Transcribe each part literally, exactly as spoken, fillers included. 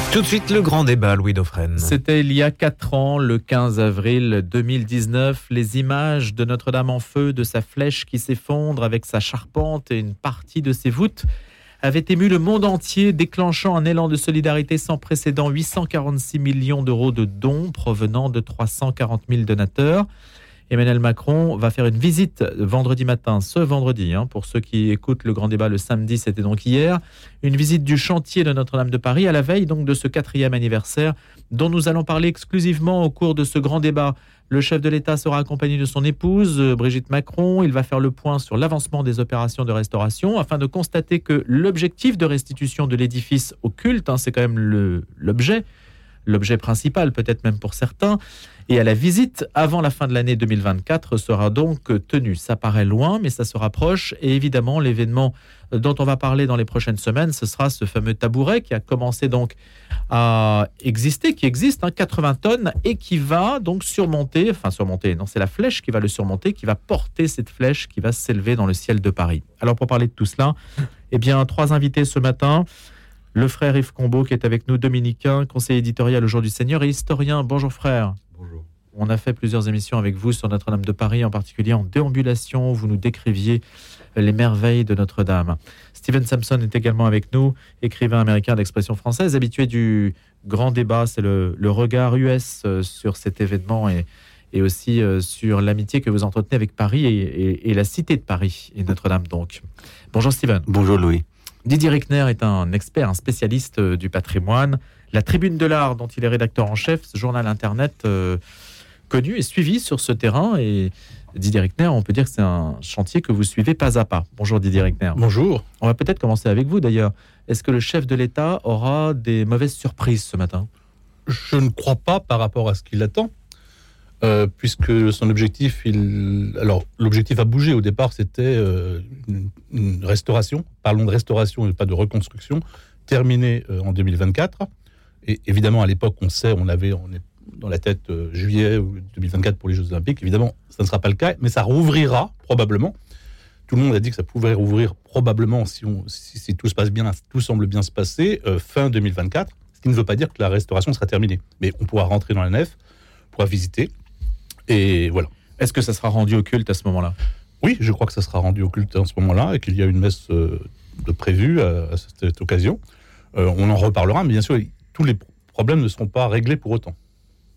Tout de suite, le grand débat, Louis Dauphren. C'était il y a quatre ans, le quinze avril deux mille dix-neuf. Les images de Notre-Dame en feu, de sa flèche qui s'effondre avec sa charpente et une partie de ses voûtes avaient ému le monde entier, déclenchant un élan de solidarité sans précédent. huit cent quarante-six millions d'euros de dons provenant de trois cent quarante mille donateurs. Emmanuel Macron va faire une visite vendredi matin, ce vendredi, hein, pour ceux qui écoutent le grand débat le samedi, c'était donc hier, une visite du chantier de Notre-Dame de Paris à la veille donc de ce quatrième anniversaire dont nous allons parler exclusivement au cours de ce grand débat. Le chef de l'État sera accompagné de son épouse, Brigitte Macron. Il va faire le point sur l'avancement des opérations de restauration afin de constater que l'objectif de restitution de l'édifice au culte, hein, c'est quand même le, l'objet, l'objet principal peut-être même pour certains, et à la visite avant la fin de l'année deux mille vingt-quatre sera donc tenue. Ça paraît loin, mais ça se rapproche. Et évidemment, l'événement dont on va parler dans les prochaines semaines, ce sera ce fameux tabouret qui a commencé donc à exister, qui existe, hein, quatre-vingts tonnes, et qui va donc surmonter, enfin surmonter, non, c'est la flèche qui va le surmonter, qui va porter cette flèche qui va s'élever dans le ciel de Paris. Alors pour parler de tout cela, eh bien, trois invités ce matin. Le frère Yves Combeau qui est avec nous, dominicain, conseiller éditorial au Jour du Seigneur et historien. Bonjour frère. Bonjour. On a fait plusieurs émissions avec vous sur Notre-Dame de Paris, en particulier en déambulation. Vous nous décriviez les merveilles de Notre-Dame. Steven Sampson est également avec nous, écrivain américain d'expression française, habitué du grand débat. C'est le, le regard U S sur cet événement et, et aussi sur l'amitié que vous entretenez avec Paris et, et, et la cité de Paris et Notre-Dame donc. Bonjour Steven. Bonjour Louis. Didier Rickner est un expert, un spécialiste du patrimoine. La Tribune de l'Art, dont il est rédacteur en chef, ce journal internet euh, connu et suivi sur ce terrain. Et Didier Rickner, on peut dire que c'est un chantier que vous suivez pas à pas. Bonjour Didier Rickner. Bonjour. On va peut-être commencer avec vous d'ailleurs. Est-ce que le chef de l'État aura des mauvaises surprises ce matin ? Je ne crois pas par rapport à ce qu'il attend. Euh, puisque son objectif, il... alors l'objectif a bougé. Au départ, c'était euh, une, une restauration. Parlons de restauration et pas de reconstruction, terminée euh, en deux mille vingt-quatre. Et évidemment, à l'époque, on sait, on avait, on est dans la tête euh, juillet deux mille vingt-quatre pour les Jeux Olympiques. Évidemment, ça ne sera pas le cas, mais ça rouvrira probablement. Tout le monde a dit que ça pouvait rouvrir probablement si, on, si, si tout se passe bien, tout semble bien se passer euh, fin deux mille vingt-quatre. Ce qui ne veut pas dire que la restauration sera terminée, mais on pourra rentrer dans la nef, on pourra visiter. Et voilà. Est-ce que ça sera rendu au culte à ce moment-là ? Oui, je crois que ça sera rendu au culte à ce moment-là et qu'il y a une messe euh, de prévue à, à cette occasion. Euh, on en reparlera, mais bien sûr, tous les problèmes ne seront pas réglés pour autant. C'est-à-dire ?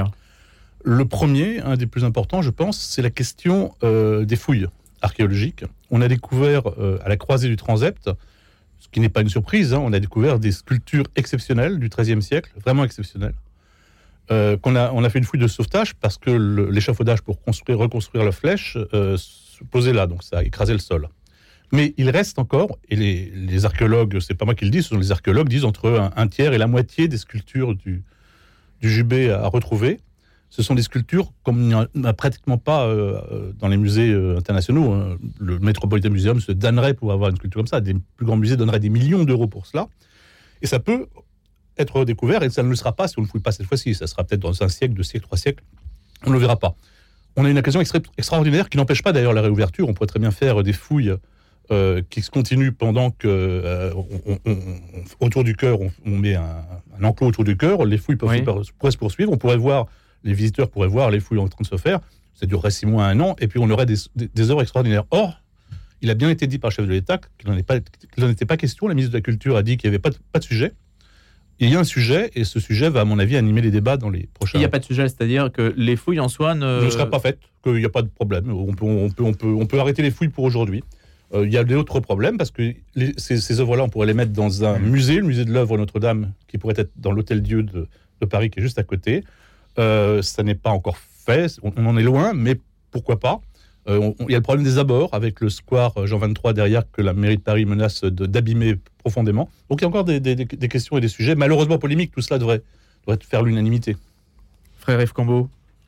Le premier, un des plus importants, je pense, c'est la question euh, des fouilles archéologiques. On a découvert euh, à la croisée du transept, ce qui n'est pas une surprise, hein, on a découvert des sculptures exceptionnelles du treizième siècle, vraiment exceptionnelles. Euh, qu'on a, on a fait une fouille de sauvetage parce que le, l'échafaudage pour construire, reconstruire la flèche euh, se posait là, donc ça a écrasé le sol. Mais il reste encore, et les, les archéologues, c'est pas moi qui le dis, ce sont les archéologues, disent entre un, un tiers et la moitié des sculptures du, du Jubé à, à retrouver. Ce sont des sculptures comme il n'y en a pratiquement pas euh, dans les musées euh, internationaux. Hein. Le Metropolitan Museum se damnerait pour avoir une sculpture comme ça. Des plus grands musées donneraient des millions d'euros pour cela. Et ça peut être découvert, et ça ne le sera pas si on ne fouille pas cette fois-ci. Ça sera peut-être dans un siècle, deux siècles, trois siècles. On ne le verra pas. On a une occasion extra- extraordinaire qui n'empêche pas d'ailleurs la réouverture. On pourrait très bien faire des fouilles euh, qui se continuent pendant que euh, on, on, on, autour du chœur, on, on met un, un enclos autour du chœur. Les fouilles peuvent, oui. pourraient se poursuivre. On pourrait voir, les visiteurs pourraient voir les fouilles en train de se faire. Ça durerait six mois, un an, et puis on aurait des, des, des œuvres extraordinaires. Or, il a bien été dit par le chef de l'État qu'il n'en, est pas, qu'il n'en était pas question. La ministre de la Culture a dit qu'il n'y avait pas de, pas de sujet. Il y a un sujet, et ce sujet va, à mon avis, animer les débats dans les prochains... Il n'y a pas de sujet, c'est-à-dire que les fouilles en soi ne... ne seraient pas faites, qu'il n'y a pas de problème. On peut, on peut, on peut, on peut arrêter les fouilles pour aujourd'hui. Euh, il y a d'autres problèmes, parce que les, ces, ces œuvres-là, on pourrait les mettre dans un musée, le musée de l'œuvre Notre-Dame, qui pourrait être dans l'Hôtel-Dieu de, de Paris, qui est juste à côté. Euh, ça n'est pas encore fait, on, on en est loin, mais pourquoi pas. Euh, on, on, il y a le problème des abords, avec le square Jean vingt-trois derrière, que la mairie de Paris menace de, d'abîmer profondément. Donc il y a encore des, des, des questions et des sujets, malheureusement polémiques, tout cela devrait, devrait faire l'unanimité. Frère Yves Combeau.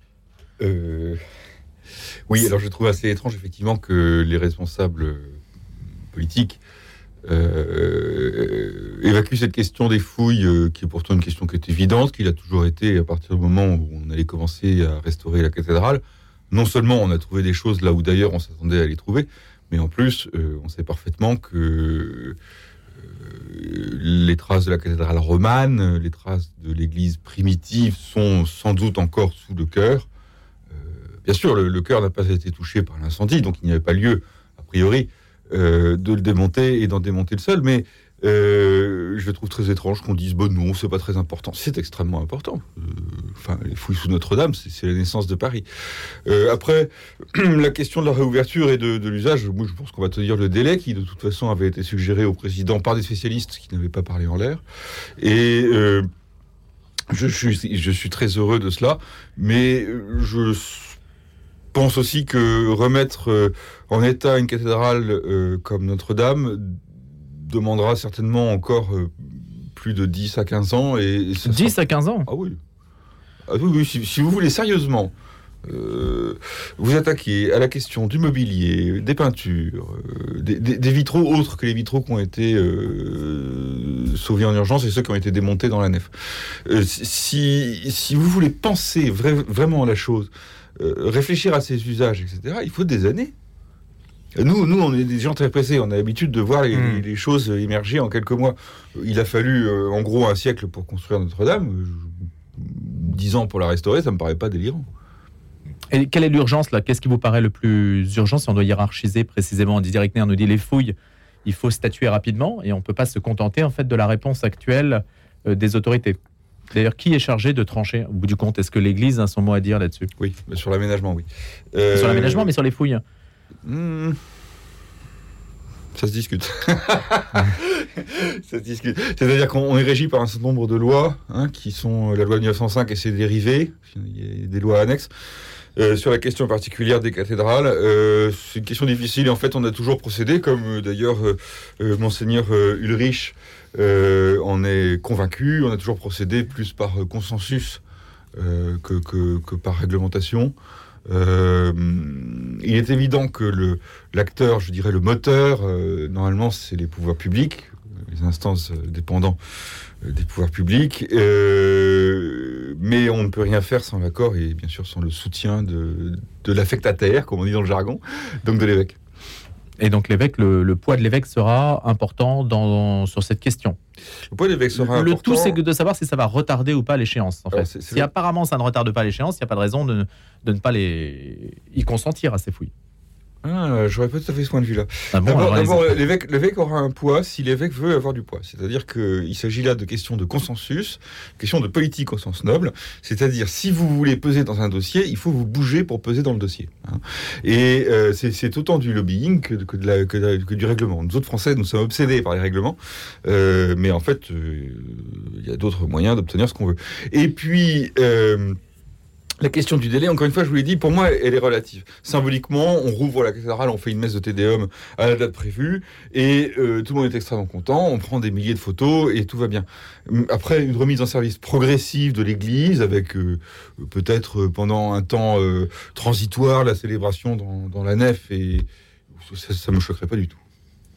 Euh... Oui, alors je trouve assez étrange, effectivement, que les responsables politiques euh, évacuent cette question des fouilles, euh, qui est pourtant une question qui est évidente, qu'il a toujours été à partir du moment où on allait commencer à restaurer la cathédrale. Non seulement on a trouvé des choses là où d'ailleurs on s'attendait à les trouver, mais en plus, euh, on sait parfaitement que euh, les traces de la cathédrale romane, les traces de l'église primitive sont sans doute encore sous le chœur. Euh, bien sûr, le, le chœur n'a pas été touché par l'incendie, donc il n'y avait pas lieu, a priori, euh, de le démonter et d'en démonter le sol, mais euh, je trouve très étrange qu'on dise bon, non, c'est pas très important. C'est extrêmement important. Euh, enfin, les fouilles sous Notre-Dame, c'est, c'est la naissance de Paris. Euh, après, la question de la réouverture et de, de l'usage, moi, je pense qu'on va te dire le délai qui, de toute façon, avait été suggéré au président par des spécialistes qui n'avaient pas parlé en l'air. Et euh, je, suis, je suis très heureux de cela, mais je pense aussi que remettre en état une cathédrale euh, comme Notre-Dame demandera certainement encore euh, plus de dix à quinze ans. Et, et ça dix sera... à quinze ans Ah oui. Ah oui, oui, si, si vous voulez sérieusement euh, vous attaquer à la question du mobilier, des peintures, euh, des, des, des vitraux autres que les vitraux qui ont été euh, sauvés en urgence et ceux qui ont été démontés dans la nef. Euh, si, si vous voulez penser vra- vraiment à la chose, euh, réfléchir à ses usages, et cetera, il faut des années. Nous, nous, on est des gens très pressés. On a l'habitude de voir les, mmh. les choses émerger en quelques mois. Il a fallu, euh, en gros, un siècle pour construire Notre-Dame. Dix ans pour la restaurer, ça me paraît pas délirant. Et quelle est l'urgence, là ? Qu'est-ce qui vous paraît le plus urgent si on doit hiérarchiser précisément ? Didier Reckner nous dit les fouilles, il faut statuer rapidement et on ne peut pas se contenter en fait de la réponse actuelle euh, des autorités. D'ailleurs, qui est chargé de trancher au bout du compte ? Est-ce que l'Église a son mot à dire là-dessus ? Oui, mais sur l'aménagement, oui. Euh... Sur l'aménagement, mais sur les fouilles ? Mmh. Ça se discute. Ça se discute. C'est-à-dire qu'on est régi par un certain nombre de lois, hein, qui sont la loi de mille neuf cent cinq et ses dérivés, il y a des lois annexes. Euh, sur la question particulière des cathédrales, euh, c'est une question difficile et en fait on a toujours procédé, comme euh, d'ailleurs euh, euh, Monseigneur euh, Ulrich euh, en est convaincu, on a toujours procédé plus par euh, consensus euh, que, que, que par réglementation. Euh, il est évident que le, l'acteur, je dirais le moteur, euh, normalement c'est les pouvoirs publics, les instances euh, dépendant euh, des pouvoirs publics, euh, mais on ne peut rien faire sans l'accord et bien sûr sans le soutien de, de l'affectataire, comme on dit dans le jargon, donc de l'évêque. Et donc l'évêque, le, le poids de l'évêque sera important dans, sur cette question. Le poids de l'évêque sera le important. Le tout, c'est de savoir si ça va retarder ou pas l'échéance. En Alors, fait. c'est, c'est si apparemment ça ne retarde pas l'échéance, il n'y a pas de raison de, de ne pas les... y consentir à ces fouilles. Ah, j'aurais pas tout à fait ce point de vue-là. Ah bon, d'abord, alors, d'abord l'évêque, l'évêque aura un poids si l'évêque veut avoir du poids. C'est-à-dire qu'il s'agit là de questions de consensus, questions de politique au sens noble. C'est-à-dire, si vous voulez peser dans un dossier, il faut vous bouger pour peser dans le dossier. Hein. Et euh, c'est, c'est autant du lobbying que, que, de la, que, de la, que du règlement. Nous autres Français, nous sommes obsédés par les règlements. Euh, mais en fait, il euh, y a d'autres moyens d'obtenir ce qu'on veut. Et puis... Euh, La question du délai, encore une fois, je vous l'ai dit, pour moi, elle est relative. Symboliquement, on rouvre la cathédrale, on fait une messe de Te Deum à la date prévue, et euh, tout le monde est extrêmement content, on prend des milliers de photos, et tout va bien. Après, une remise en service progressive de l'église, avec euh, peut-être pendant un temps euh, transitoire, la célébration dans, dans la nef, et ça ne me choquerait pas du tout.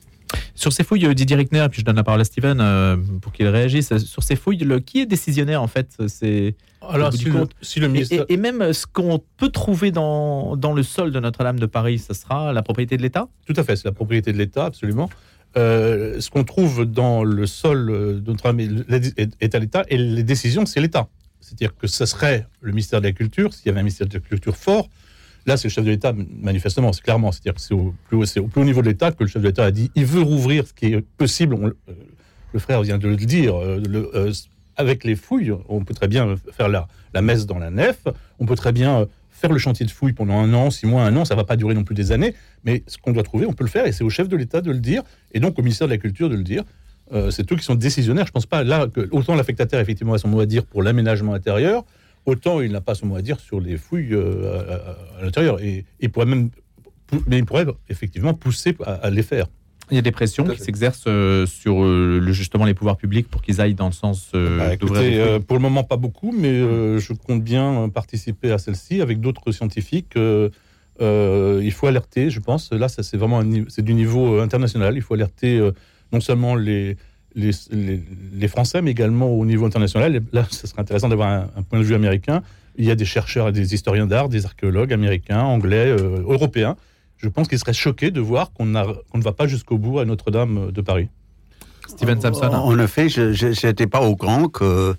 Sur ces fouilles, Didier Reckner, puis je donne la parole à Steven euh, pour qu'il réagisse. Sur ces fouilles, le, qui est décisionnaire en fait ? C'est alors si le, si le ministère... et, et, et même ce qu'on peut trouver dans, dans le sol de Notre-Dame de Paris, ça sera la propriété de l'État ? Tout à fait, c'est la propriété de l'État, absolument. Euh, ce qu'on trouve dans le sol de Notre-Dame est à l'État, et les décisions, c'est l'État. C'est-à-dire que ce serait le ministère de la Culture, s'il y avait un ministère de la Culture fort. Là, c'est le chef de l'État, manifestement, c'est clairement. C'est-à-dire que c'est au plus haut, c'est au plus haut niveau de l'État que le chef de l'État a dit il veut rouvrir ce qui est possible. On, euh, le frère vient de le dire. Euh, le, euh, avec les fouilles, on peut très bien faire la, la messe dans la nef. On peut très bien faire le chantier de fouilles pendant un an, six mois, un an. Ça ne va pas durer non plus des années. Mais ce qu'on doit trouver, on peut le faire. Et c'est au chef de l'État de le dire. Et donc au ministère de la Culture de le dire. Euh, c'est eux qui sont décisionnaires. Je ne pense pas là que autant l'affectataire, effectivement, a son mot à dire pour l'aménagement intérieur. Autant il n'a pas son mot à dire sur les fouilles euh, à, à, à l'intérieur. Et il pourrait même, mais il pourrait effectivement pousser à, à les faire. Il y a des pressions qui s'exercent euh, sur euh, le, justement les pouvoirs publics pour qu'ils aillent dans le sens euh, bah, d'ouvrir écoutez, euh, pour le moment, pas beaucoup, mais euh, je compte bien participer à celle-ci avec d'autres scientifiques. Euh, euh, il faut alerter, je pense. Là, ça, c'est vraiment un, c'est du niveau international. Il faut alerter euh, non seulement les... Les, les, les Français, mais également au niveau international. Et là, ce serait intéressant d'avoir un, un point de vue américain. Il y a des chercheurs, des historiens d'art, des archéologues américains, anglais, euh, européens. Je pense qu'ils seraient choqués de voir qu'on, a, qu'on ne va pas jusqu'au bout à Notre-Dame de Paris. Steven Samson. En, en effet, je n'étais pas au courant que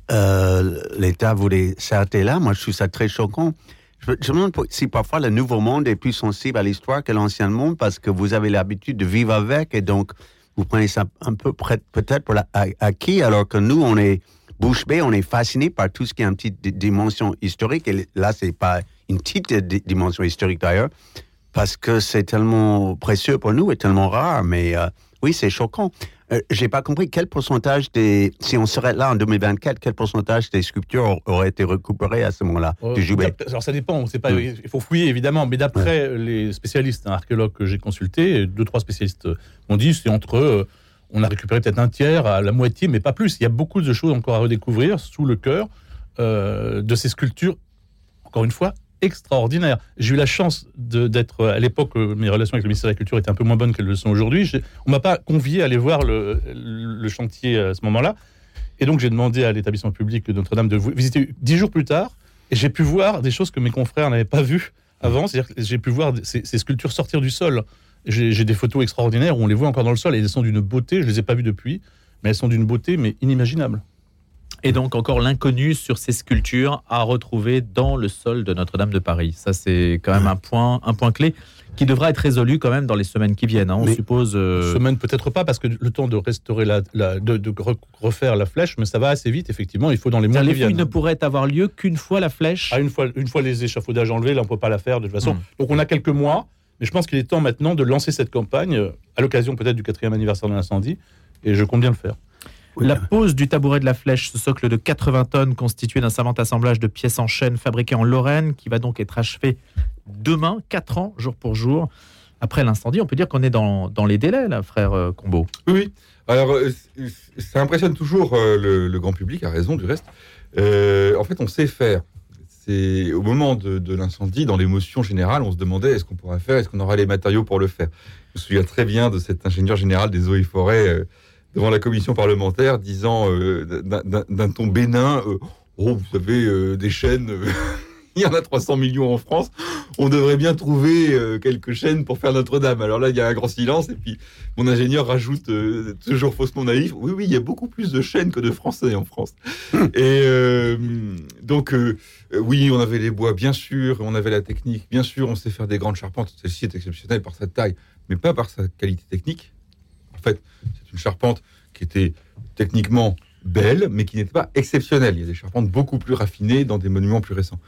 euh, l'État voulait s'arrêter là. Moi, je trouve ça très choquant. Je, je me demande si parfois le nouveau monde est plus sensible à l'histoire que l'ancien monde parce que vous avez l'habitude de vivre avec et donc vous prenez ça un peu près, peut-être pour la, acquis, alors que nous, on est bouche bée, on est fasciné par tout ce qui a une petite d- dimension historique. Et là, c'est pas une petite d- dimension historique d'ailleurs, parce que c'est tellement précieux pour nous et tellement rare. Mais euh, oui, c'est choquant. Euh, j'ai pas compris quel pourcentage des, si on serait là en deux mille vingt-quatre, quel pourcentage des sculptures auraient été récupérées à ce moment-là euh, du Joubert. Alors ça dépend, c'est pas, mmh. il faut fouiller évidemment, mais d'après ouais. les spécialistes, un archéologue que j'ai consulté, deux trois spécialistes m'ont dit c'est entre euh, on a récupéré peut-être un tiers à la moitié, mais pas plus. Il y a beaucoup de choses encore à redécouvrir sous le cœur euh, de ces sculptures. Encore une fois, extraordinaire. J'ai eu la chance de, d'être, à l'époque, mes relations avec le ministère de la Culture étaient un peu moins bonnes qu'elles le sont aujourd'hui. J'ai, on ne m'a pas convié à aller voir le, le chantier à ce moment-là. Et donc, j'ai demandé à l'établissement public de Notre-Dame de visiter dix jours plus tard. Et j'ai pu voir des choses que mes confrères n'avaient pas vues avant. C'est-à-dire que j'ai pu voir ces, ces sculptures sortir du sol. J'ai, j'ai des photos extraordinaires où on les voit encore dans le sol et elles sont d'une beauté, je ne les ai pas vues depuis, mais elles sont d'une beauté mais inimaginable. Et donc encore l'inconnu sur ces sculptures à retrouver dans le sol de Notre-Dame de Paris. Ça, c'est quand même un point, un point clé qui devra être résolu quand même dans les semaines qui viennent. Hein. On mais suppose... Euh... Semaines peut-être pas, parce que le temps de restaurer, la, la, de, de refaire la flèche, mais ça va assez vite, effectivement, il faut dans les mois qui viennent. Les fouilles ne pourraient avoir lieu qu'une fois la flèche ah, une, fois, une fois les échafaudages enlevés, là on ne peut pas la faire de toute façon. Mmh. Donc on a quelques mois, mais je pense qu'il est temps maintenant de lancer cette campagne, à l'occasion peut-être du quatrième anniversaire de l'incendie, et je compte bien le faire. La pose du tabouret de la flèche, ce socle de quatre-vingts tonnes constitué d'un savant assemblage de pièces en chêne fabriquées en Lorraine, qui va donc être achevé demain, quatre ans, jour pour jour. Après l'incendie, on peut dire qu'on est dans, dans les délais, là, frère euh, Combeau. Oui, oui. Alors, euh, ça impressionne toujours euh, le, le grand public, à raison du reste. Euh, en fait, on sait faire. C'est, au moment de, de l'incendie, dans l'émotion générale, on se demandait est-ce qu'on pourrait faire, est-ce qu'on aura les matériaux pour le faire. Je me souviens très bien de cet ingénieur général des eaux et forêts euh, devant la commission parlementaire, disant euh, d'un, d'un, d'un ton bénin euh, « Oh, vous savez, euh, des chaînes, euh, il y en a trois cents millions en France, on devrait bien trouver euh, quelques chaînes pour faire Notre-Dame. » Alors là, il y a un grand silence, et puis mon ingénieur rajoute, euh, toujours faussement naïf, « Oui, oui, il y a beaucoup plus de chaînes que de Français en France. » Et euh, donc, euh, oui, on avait les bois, bien sûr, on avait la technique, bien sûr, on sait faire des grandes charpentes, celle-ci est exceptionnelle par sa taille, mais pas par sa qualité technique. En fait, c'est une charpente qui était techniquement belle, mais qui n'était pas exceptionnelle. Il y a des charpentes beaucoup plus raffinées dans des monuments plus récents.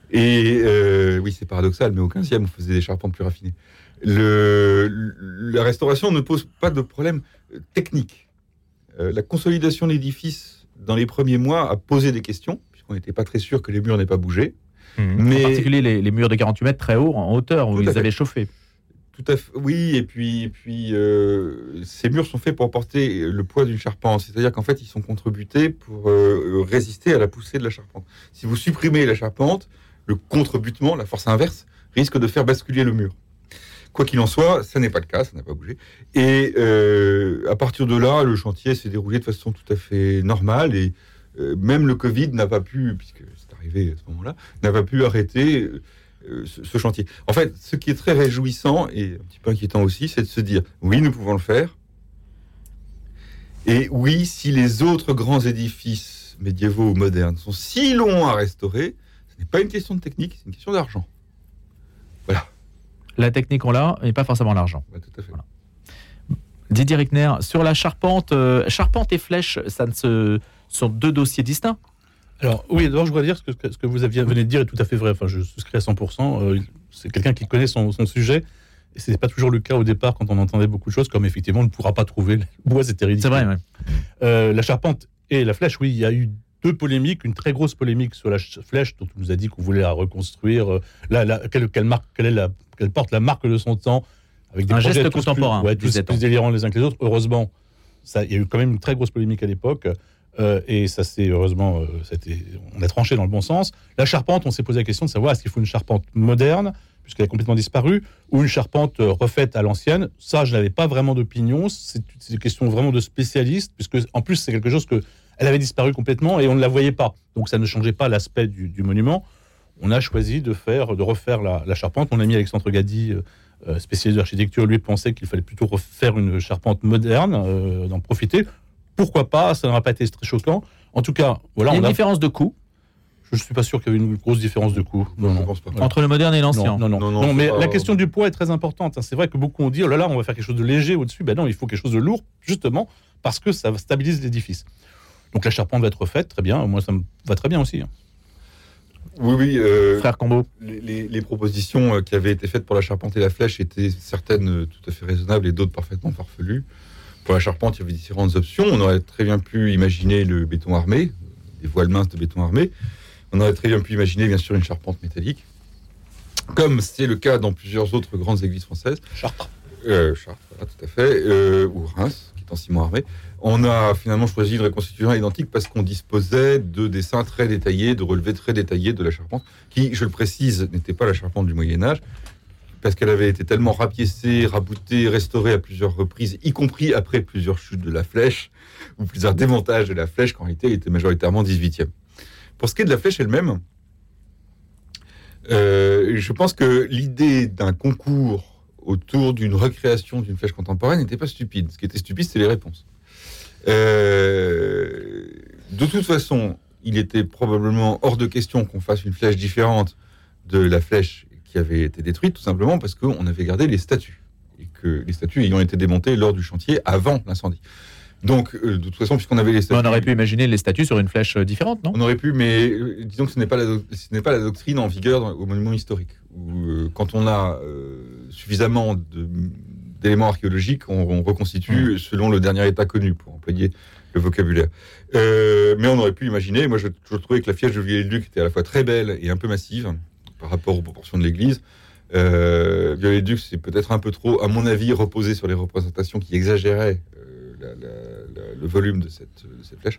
Et euh, oui, c'est paradoxal, mais au quinzième, on faisait des charpentes plus raffinées. Le, la restauration ne pose pas de problème technique. Euh, la consolidation de l'édifice dans les premiers mois a posé des questions, puisqu'on n'était pas très sûr que les murs n'aient pas bougé. Mmh. Mais... En particulier les, les murs de quarante-huit mètres très hauts, en hauteur, où ils avaient chauffé. Tout à fait, oui, et puis, et puis euh, ces murs sont faits pour porter le poids d'une charpente, c'est-à-dire qu'en fait, ils sont contrebutés pour euh, résister à la poussée de la charpente. Si vous supprimez la charpente, le contrebutement, la force inverse, risque de faire basculer le mur. Quoi qu'il en soit, ça n'est pas le cas, ça n'a pas bougé. Et euh, à partir de là, le chantier s'est déroulé de façon tout à fait normale, et euh, même le Covid n'a pas pu, puisque c'est arrivé à ce moment-là, n'a pas pu arrêter... Euh, Ce, ce chantier. En fait, ce qui est très réjouissant et un petit peu inquiétant aussi, c'est de se dire oui, nous pouvons le faire. Et oui, si les autres grands édifices médiévaux ou modernes sont si longs à restaurer, ce n'est pas une question de technique, c'est une question d'argent. Voilà. La technique, on l'a, mais pas forcément l'argent. Ouais, tout à fait. Voilà. Didier Rickner, sur la charpente, euh, charpente et flèche, ça ne se... sont deux dossiers distincts. Alors oui, d'abord je voudrais dire ce que, ce que vous aviez, venez de dire est tout à fait vrai, enfin je souscris à cent pour cent, euh, c'est quelqu'un qui connaît son, son sujet, et ce n'est pas toujours le cas au départ quand on entendait beaucoup de choses, comme effectivement on ne pourra pas trouver le bois, c'était ridicule. C'est vrai, ouais. Euh, la charpente et la flèche, oui, il y a eu deux polémiques, une très grosse polémique sur la flèche, dont on nous a dit qu'on voulait la reconstruire, euh, la, la, quelle, quelle, marque, quelle, est la, quelle porte la marque de son temps, avec des un projets geste contemporain, plus, ouais, tous, plus délirants les uns que les autres. Heureusement, ça, il y a eu quand même une très grosse polémique à l'époque. Euh, et ça c'est heureusement, euh, c'était, on a tranché dans le bon sens. La charpente, on s'est posé la question de savoir est-ce qu'il faut une charpente moderne, puisqu'elle a complètement disparu, ou une charpente euh, refaite à l'ancienne. Ça, je n'avais pas vraiment d'opinion. C'est, c'est une question vraiment de spécialiste, puisque en plus c'est quelque chose que elle avait disparu complètement et on ne la voyait pas. Donc ça ne changeait pas l'aspect du, du monument. On a choisi de faire, de refaire la, la charpente. Mon ami Alexandre Gadi, euh, euh, spécialiste d'architecture, lui, pensait qu'il fallait plutôt refaire une charpente moderne, euh, d'en profiter. Pourquoi pas ? Ça n'aura pas été très choquant. En tout cas, voilà. Il y a on une a... différence de coût. Je ne suis pas sûr qu'il y avait une grosse différence de coût. Non, Non, je non. pense pas. Voilà. Entre le moderne et l'ancien. Non, non, non. Non, non, Non, mais c'est pas- la question du poids est très importante. C'est vrai que beaucoup ont dit, oh là là, on va faire quelque chose de léger au-dessus. Ben non, il faut quelque chose de lourd, justement, parce que ça stabilise l'édifice. Donc la charpente va être faite, très bien. Moi, ça me va très bien aussi. Oui, oui. euh, Frère Combo. les, les- les propositions euh, qui avaient été faites pour la charpente et la flèche étaient certaines euh, tout à fait raisonnables et d'autres parfaitement farfelues. Pour la charpente, il y avait différentes options. On aurait très bien pu imaginer le béton armé, des voiles minces de béton armé. On aurait très bien pu imaginer, bien sûr, une charpente métallique, comme c'est le cas dans plusieurs autres grandes églises françaises. Chartres. Euh, Chartres, voilà, tout à fait, euh, ou Reims, qui est en ciment armé. On a finalement choisi une reconstitution identique parce qu'on disposait de dessins très détaillés, de relevés très détaillés de la charpente, qui, je le précise, n'était pas la charpente du Moyen-Âge, parce qu'elle avait été tellement rapiécée, raboutée, restaurée à plusieurs reprises, y compris après plusieurs chutes de la flèche, ou plusieurs démontages de la flèche, qu'en réalité, elle était majoritairement dix-huitième. Pour ce qui est de la flèche elle-même, euh, je pense que l'idée d'un concours autour d'une recréation d'une flèche contemporaine n'était pas stupide. Ce qui était stupide, c'est les réponses. Euh, de toute façon, il était probablement hors de question qu'on fasse une flèche différente de la flèche qui avait été détruite, tout simplement parce qu'on avait gardé les statues, et que les statues ayant été démontées lors du chantier avant l'incendie. Donc, euh, de toute façon, puisqu'on avait les statues... On aurait pu imaginer les statues sur une flèche différente, non ? On aurait pu, mais euh, disons que ce n'est pas la, do- ce n'est pas la doctrine en vigueur dans- au monument historique. Où, euh, quand on a euh, suffisamment de, d'éléments archéologiques, on, on reconstitue mmh. selon le dernier état connu, pour employer le vocabulaire. Euh, mais on aurait pu imaginer, moi je, je trouvais que la flèche de Viollet-le-Duc était à la fois très belle et un peu massive par rapport aux proportions de l'église. Euh, Viollet-le-Duc, c'est peut-être un peu trop, à mon avis, reposé sur les représentations qui exagéraient euh, la, la, la, le volume de cette, de cette flèche.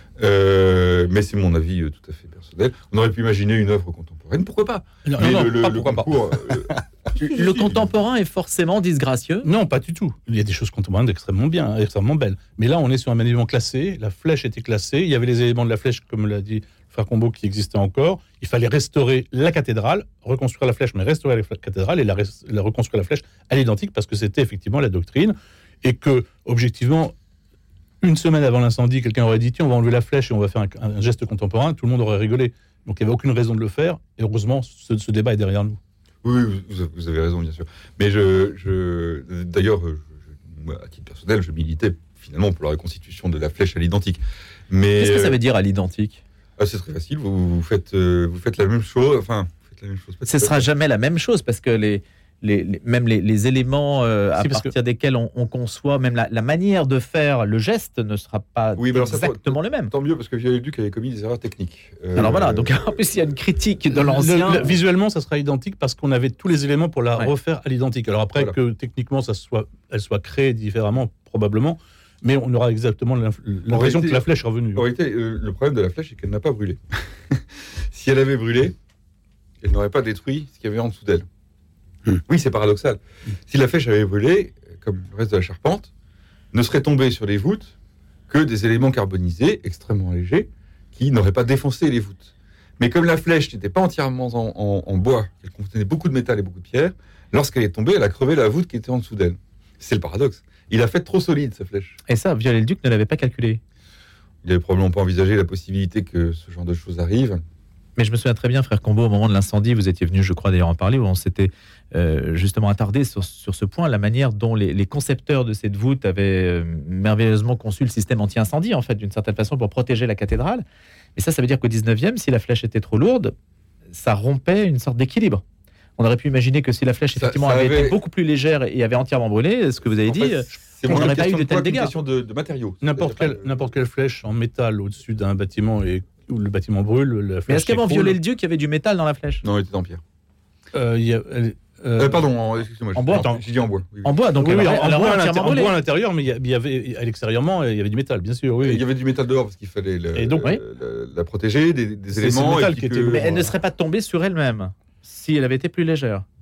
Euh, mais c'est mon avis euh, tout à fait personnel. On aurait pu imaginer une œuvre contemporaine, pourquoi pas ? Non, Mais non, le, le, pas, le pourquoi concours, pas. euh, Le contemporain est forcément disgracieux. Non, pas du tout. Il y a des choses contemporaines extrêmement bien, extrêmement belles. Mais là, on est sur un monument classé. La flèche était classée. Il y avait les éléments de la flèche, comme l'a dit Frère Combo, qui existaient encore. Il fallait restaurer la cathédrale, reconstruire la flèche, mais restaurer la cathédrale et la, la reconstruire la flèche à l'identique, parce que c'était effectivement la doctrine. Et que, objectivement, une semaine avant l'incendie, quelqu'un aurait dit tiens, on va enlever la flèche et on va faire un, un geste contemporain. Tout le monde aurait rigolé. Donc il n'y avait aucune raison de le faire. Et heureusement, ce, ce débat est derrière nous. Oui, vous, vous avez raison, bien sûr. Mais je, je d'ailleurs, je, je, moi, à titre personnel, je militais finalement pour la reconstitution de la flèche à l'identique. Mais qu'est-ce que ça veut dire à l'identique ? Ah, c'est très facile. Vous, vous faites, euh, vous faites la même chose. Enfin, vous faites la même chose. Ce sera jamais la même chose parce que les Les, les, même les, les éléments euh, à si, partir que... desquels on, on conçoit, même la, la manière de faire le geste ne sera pas oui, exactement ça, le même. Tant mieux, parce que Viollet-le-Duc avait commis des erreurs techniques. Euh, Alors voilà, donc en plus il y a une critique de l'ancien. Le, le, visuellement, ça sera identique parce qu'on avait tous les éléments pour la ouais. refaire à l'identique. Alors après, voilà. que techniquement, ça soit, elle soit créée différemment, probablement, mais on aura exactement l'impression réalité, que la flèche est revenue. En réalité, euh, le problème de la flèche, c'est qu'elle n'a pas brûlé. Si elle avait brûlé, elle n'aurait pas détruit ce qu'il y avait en dessous d'elle. Mmh. Oui, c'est paradoxal. Mmh. Si la flèche avait brûlé, comme le reste de la charpente, ne serait tombé sur les voûtes que des éléments carbonisés extrêmement légers qui n'auraient pas défoncé les voûtes. Mais comme la flèche n'était pas entièrement en, en, en bois, elle contenait beaucoup de métal et beaucoup de pierres, lorsqu'elle est tombée, elle a crevé la voûte qui était en dessous d'elle. C'est le paradoxe. Il a fait trop solide, sa flèche. Et ça, Viollet-le-Duc ne l'avait pas calculé. Il n'avait probablement pas envisagé la possibilité que ce genre de choses arrive. Mais je me souviens très bien, Frère Combo, au moment de l'incendie, vous étiez venu, je crois, d'ailleurs en parler, où on s'était euh, justement attardé sur, sur ce point, la manière dont les, les concepteurs de cette voûte avaient euh, merveilleusement conçu le système anti-incendie, en fait, d'une certaine façon, pour protéger la cathédrale. Mais ça, ça veut dire qu'au dix-neuvième, si la flèche était trop lourde, ça rompait une sorte d'équilibre. On aurait pu imaginer que si la flèche, effectivement, ça, ça avait, avait été beaucoup plus légère et avait entièrement brûlé, ce que vous avez en dit, fait, on n'aurait pas eu de tels dégâts. C'est une question de, de matériaux. N'importe quelle, de... n'importe quelle flèche en métal au-dessus d'un bâtiment et où le bâtiment brûle, la flèche. Mais est-ce qu'avant Viollet-le-Duc, il y avait du métal dans la flèche ? Non, il était en pierre. Euh, y a, euh, euh, pardon, en, excusez-moi. En bois. Attends, j'ai dit en bois. Oui, oui. En bois, donc oui, oui, alors, en, alors, bois alors, en bois à l'intérieur, mais il y avait à l'extérieurement, il y avait du métal, bien sûr. Oui. Il y avait du métal dehors parce qu'il fallait le, et donc, le, oui. le, la protéger des, des éléments. Le métal et qui que... était... Mais elle ne serait pas tombée sur elle-même si elle avait été plus légère.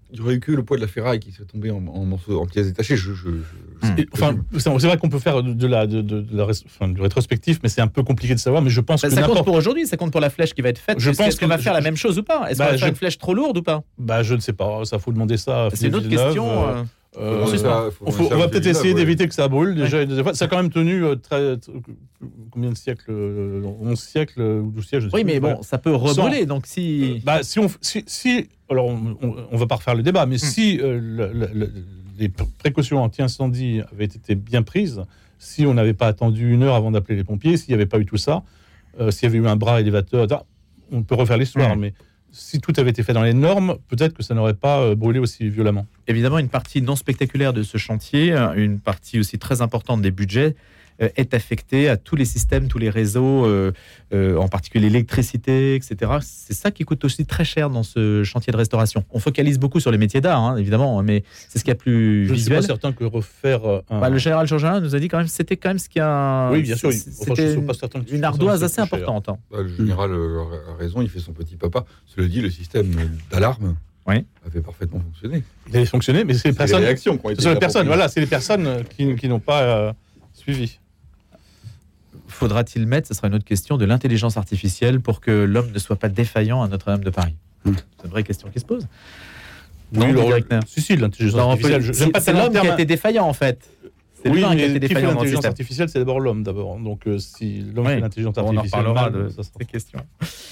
il n'y aurait eu que le poids de la ferraille qui serait tombé en, en morceaux, en pièces détachées. Je, je, je, Mmh. Enfin, c'est, c'est vrai qu'on peut faire de la, de, de, de la enfin, du rétrospectif, mais c'est un peu compliqué de savoir. Mais je pense bah, que ça n'importe... compte pour aujourd'hui, ça compte pour la flèche qui va être faite. Je Est-ce, pense est-ce qu'on que va faire je, la même chose ou pas? Est-ce bah, qu'on va je... faire une flèche trop lourde ou pas? Bah, je ne sais pas. Ça faut demander ça. À c'est une autre question. Euh... Euh, on, ça, faut, faut, on va peut-être essayer ouais. d'éviter que ça brûle. Déjà, ouais. déjà, ça a quand même tenu euh, très, très, combien de siècles, euh, onze siècles ou douze siècles. Je sais oui, mais bon, ouais. ça peut rebrûler. Donc si, euh, bah, si on, si, si, alors on, on, on va pas refaire le débat, mais hmm. si euh, le, le, le, les précautions anti-incendie avaient été bien prises, si on n'avait pas attendu une heure avant d'appeler les pompiers, s'il n'y avait pas eu tout ça, euh, s'il y avait eu un bras élévateur, on peut refaire l'histoire, hmm. mais si tout avait été fait dans les normes, peut-être que ça n'aurait pas euh, brûlé aussi violemment. Évidemment, une partie non spectaculaire de ce chantier, une partie aussi très importante des budgets, euh, est affectée à tous les systèmes, tous les réseaux, euh, euh, en particulier l'électricité, et cetera. C'est ça qui coûte aussi très cher dans ce chantier de restauration. On focalise beaucoup sur les métiers d'art, hein, évidemment, mais c'est ce qu'il y a plus Je visuel. Je ne suis pas certain que refaire un... Bah, le général Georgelin nous a dit quand même que c'était quand même ce qui a... Oui, bien sûr. C'était enfin, une, pas certain une ardoise assez importante. Hein. Bah, le général a raison, il fait son petit papa. Cela dit, le système d'alarme oui. avait parfaitement fonctionné. Il avait fonctionné, mais c'est les personnes... les réactions qui ont été c'est les personnes, voilà, c'est les personnes qui, qui n'ont pas euh, suivi. Faudra-t-il mettre, ce sera une autre question, de l'intelligence artificielle pour que l'homme ne soit pas défaillant à Notre-Dame de Paris? mmh. C'est une vraie question qui se pose. Non, oui, le, si, si, l'intelligence non, artificielle... Je, c'est, pas c'est l'homme terme... qui a été défaillant, en fait. C'est oui, l'humain qui a été défaillant. Qui fait l'intelligence artificielle, c'est d'abord l'homme, d'abord. Donc, euh, si l'homme oui. fait l'intelligence artificielle... On en parlera de ces questions.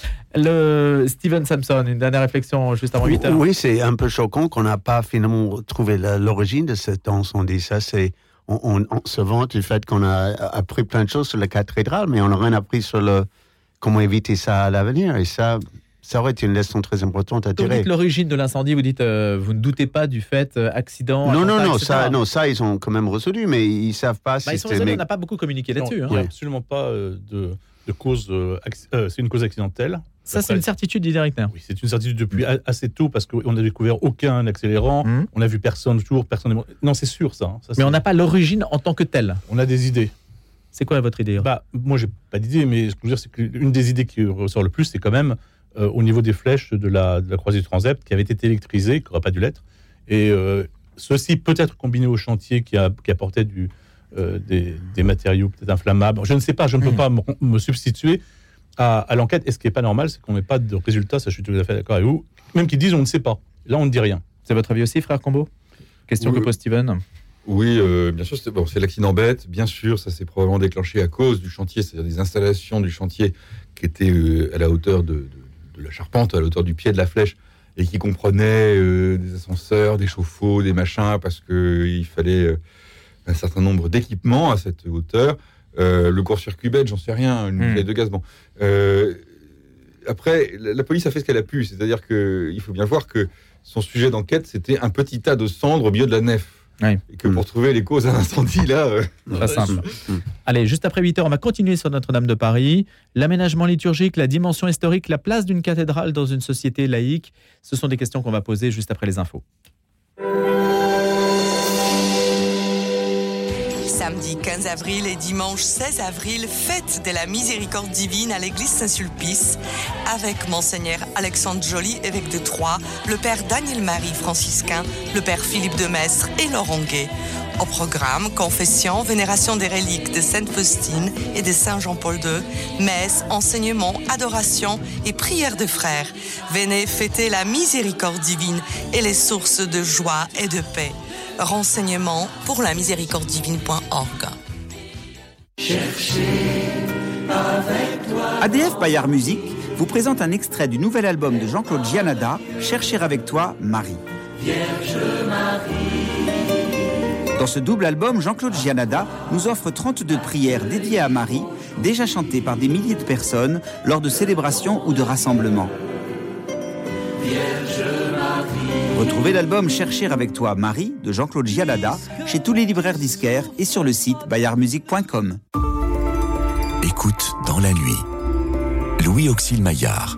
Le Steven Samson, une dernière réflexion juste avant huit heures. Oui, c'est un peu choquant qu'on n'a pas finalement trouvé la, l'origine de cet incendie. Ça, c'est... On, on, on se vante du fait qu'on a appris plein de choses sur la cathédrale, mais on n'a rien appris sur le, comment éviter ça à l'avenir. Et ça, ça aurait été une leçon très importante à tirer. Vous dites l'origine de l'incendie, vous dites, euh, vous ne doutez pas du fait, euh, accident... Non, non, non ça, non, ça, ils ont quand même résolu, mais ils ne savent pas bah, si c'était... Mais... On n'a pas beaucoup communiqué là-dessus. Non, hein. Il n'y a absolument pas euh, de, de cause... Euh, euh, c'est une cause accidentelle. Ça, c'est une certitude du directeur. Oui, c'est une certitude depuis mmh. assez tôt parce qu'on n'a découvert aucun accélérant, mmh. on n'a vu personne toujours, personne n'est... Non, c'est sûr, ça. ça Mais c'est... on n'a pas l'origine en tant que telle. On a des idées. C'est quoi votre idée? bah, Moi, j'ai pas d'idée, mais ce que je veux dire, c'est qu'une des idées qui ressort le plus, c'est quand même euh, au niveau des flèches de la, de la croisée du transept qui avait été électrisée, qui n'aurait pas dû l'être. Et euh, ceci peut-être combiné au chantier qui, a, qui apportait du, euh, des, des matériaux peut-être inflammables. Je ne sais pas, je ne peux mmh. pas me, me substituer À, à l'enquête. Et ce qui n'est pas normal, c'est qu'on n'ait pas de résultats. Ça, je suis tout à fait d'accord avec vous. Même qu'ils disent on ne sait pas. Là, on ne dit rien. C'est votre avis aussi, frère Combo? Question oui, que pose Steven. Oui, euh, bien sûr, c'est, bon, c'est l'accident bête. Bien sûr, ça s'est probablement déclenché à cause du chantier, c'est-à-dire des installations du chantier qui étaient euh, à la hauteur de, de, de la charpente, à la hauteur du pied de la flèche, et qui comprenaient euh, des ascenseurs, des chauffe-eau, des machins, parce qu'il euh, fallait euh, un certain nombre d'équipements à cette hauteur. Euh, le court-circuit bête, j'en sais rien, une bouteille mmh. de gaz. Bon. Euh, après, la, la police a fait ce qu'elle a pu, c'est-à-dire qu'il faut bien voir que son sujet d'enquête, c'était un petit tas de cendres au milieu de la nef. Oui. Et que mmh. pour trouver les causes d'un incendie, là... Euh... Très simple. Mmh. Allez, juste après huit heures, on va continuer sur Notre-Dame de Paris. L'aménagement liturgique, la dimension historique, la place d'une cathédrale dans une société laïque, ce sont des questions qu'on va poser juste après les infos. Samedi quinze avril et dimanche seize avril, fête de la miséricorde divine à l'église Saint-Sulpice avec Monseigneur Alexandre Joly, évêque de Troyes, le père Daniel-Marie franciscain, le père Philippe de Maistre et Laurent Gay. Au programme, confession, vénération des reliques de Sainte Faustine et de Saint Jean-Paul deux, messe, enseignement, adoration et prière de frères. Venez fêter la miséricorde divine et les sources de joie et de paix. Renseignements pour la miséricorde divine point org. A D F Bayard Musique vous présente un extrait du nouvel album de Jean-Claude Gianada, Chercher avec toi, Marie. Vierge Marie. Dans ce double album, Jean-Claude Gianada nous offre trente-deux prières dédiées à Marie, déjà chantées par des milliers de personnes lors de célébrations ou de rassemblements. Vierge Marie. Retrouvez l'album Chercher avec toi, Marie de Jean-Claude Gianada chez tous les libraires disquaires et sur le site bayard musique point com. Écoute dans la nuit. Louis Auxil Maillard.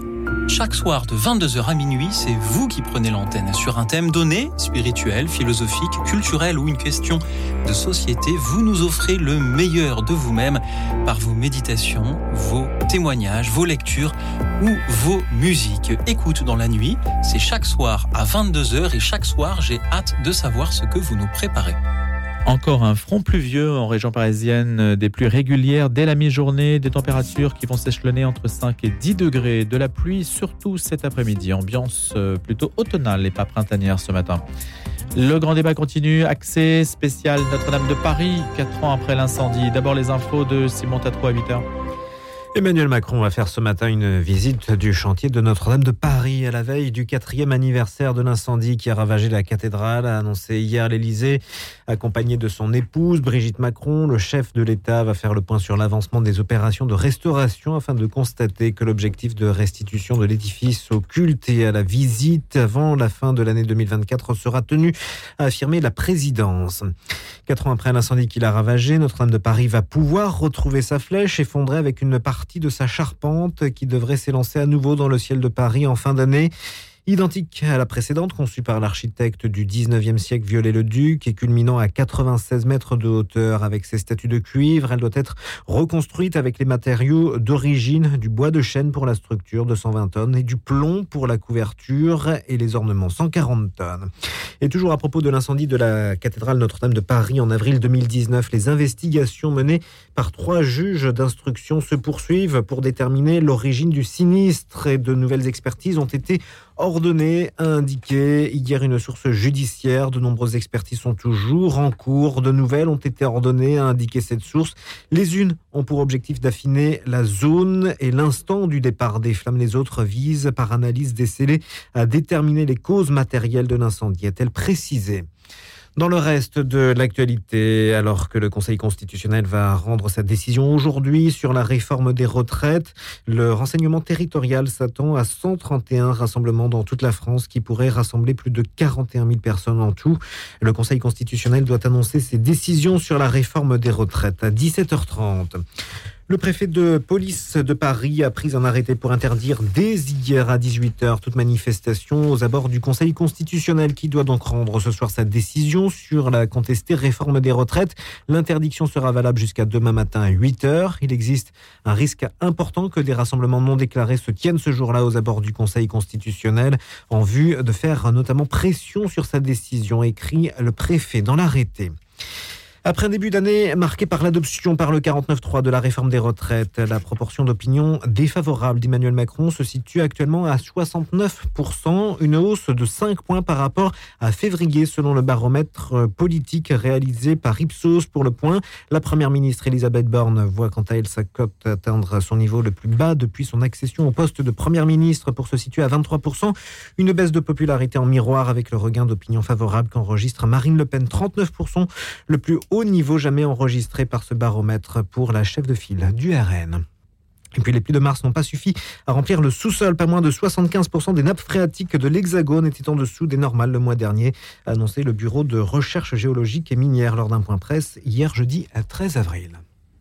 Chaque soir de vingt-deux heures à minuit, c'est vous qui prenez l'antenne. Sur un thème donné, spirituel, philosophique, culturel ou une question de société, vous nous offrez le meilleur de vous-même par vos méditations, vos témoignages, vos lectures ou vos musiques. Écoute dans la nuit, c'est chaque soir à vingt-deux heures et chaque soir, j'ai hâte de savoir ce que vous nous préparez. Encore un front pluvieux en région parisienne, des pluies régulières dès la mi-journée, des températures qui vont s'échelonner entre cinq et dix degrés, de la pluie surtout cet après-midi, ambiance plutôt automnale et pas printanière ce matin. Le grand débat continue, accès spécial Notre-Dame de Paris, quatre ans après l'incendie. D'abord les infos de Simon Tatro à huit heures. Emmanuel Macron va faire ce matin une visite du chantier de Notre-Dame de Paris à la veille du quatrième anniversaire de l'incendie qui a ravagé la cathédrale, a annoncé hier l'Élysée. Accompagné de son épouse Brigitte Macron, le chef de l'État va faire le point sur l'avancement des opérations de restauration afin de constater que l'objectif de restitution de l'édifice au culte et à la visite avant la fin de l'année deux mille vingt-quatre sera tenu, a affirmé la présidence. Quatre ans après l'incendie qui l'a ravagé, Notre-Dame de Paris va pouvoir retrouver sa flèche effondrée avec une partie de sa charpente qui devrait s'élancer à nouveau dans le ciel de Paris en fin d'année. Identique à la précédente, conçue par l'architecte du dix-neuvième siècle Viollet-le-Duc et culminant à quatre-vingt-seize mètres de hauteur avec ses statues de cuivre, elle doit être reconstruite avec les matériaux d'origine, du bois de chêne pour la structure de cent vingt tonnes et du plomb pour la couverture et les ornements cent quarante tonnes. Et toujours à propos de l'incendie de la cathédrale Notre-Dame de Paris en avril deux mille dix-neuf, les investigations menées par trois juges d'instruction se poursuivent pour déterminer l'origine du sinistre et de nouvelles expertises ont été ordonnées, a indiqué hier une source judiciaire. De nombreuses expertises sont toujours en cours. De nouvelles ont été ordonnées, a indiqué cette source. Les unes ont pour objectif d'affiner la zone et l'instant du départ des flammes. Les autres visent, par analyse des scellés, à déterminer les causes matérielles de l'incendie, a-t-elle précisé. Dans le reste de l'actualité, alors que le Conseil constitutionnel va rendre sa décision aujourd'hui sur la réforme des retraites, le renseignement territorial s'attend à cent trente et un rassemblements dans toute la France qui pourraient rassembler plus de quarante et un mille personnes en tout. Le Conseil constitutionnel doit annoncer ses décisions sur la réforme des retraites à dix-sept heures trente. Le préfet de police de Paris a pris un arrêté pour interdire dès hier à dix-huit heures toute manifestation aux abords du Conseil constitutionnel qui doit donc rendre ce soir sa décision sur la contestée réforme des retraites. L'interdiction sera valable jusqu'à demain matin à huit heures. Il existe un risque important que des rassemblements non déclarés se tiennent ce jour-là aux abords du Conseil constitutionnel en vue de faire notamment pression sur sa décision, écrit le préfet dans l'arrêté. Après un début d'année marqué par l'adoption par le quarante-neuf trois de la réforme des retraites, la proportion d'opinion défavorable d'Emmanuel Macron se situe actuellement à soixante-neuf pour cent, une hausse de cinq points par rapport à février selon le baromètre politique réalisé par Ipsos pour Le Point. La première ministre Elisabeth Borne voit quant à elle sa cote atteindre son niveau le plus bas depuis son accession au poste de première ministre pour se situer à vingt-trois pour cent. Une baisse de popularité en miroir avec le regain d'opinion favorable qu'enregistre Marine Le Pen, trente-neuf pour cent, le plus haut niveau jamais enregistré par ce baromètre pour la chef de file du R N. Et puis les pluies de mars n'ont pas suffi à remplir le sous-sol. Pas moins de soixante-quinze pour cent des nappes phréatiques de l'Hexagone étaient en dessous des normales le mois dernier, a annoncé le Bureau de recherche géologique et minière lors d'un point presse hier jeudi treize avril.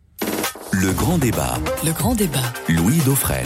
Le grand débat. Le grand débat. Louis Dauphren.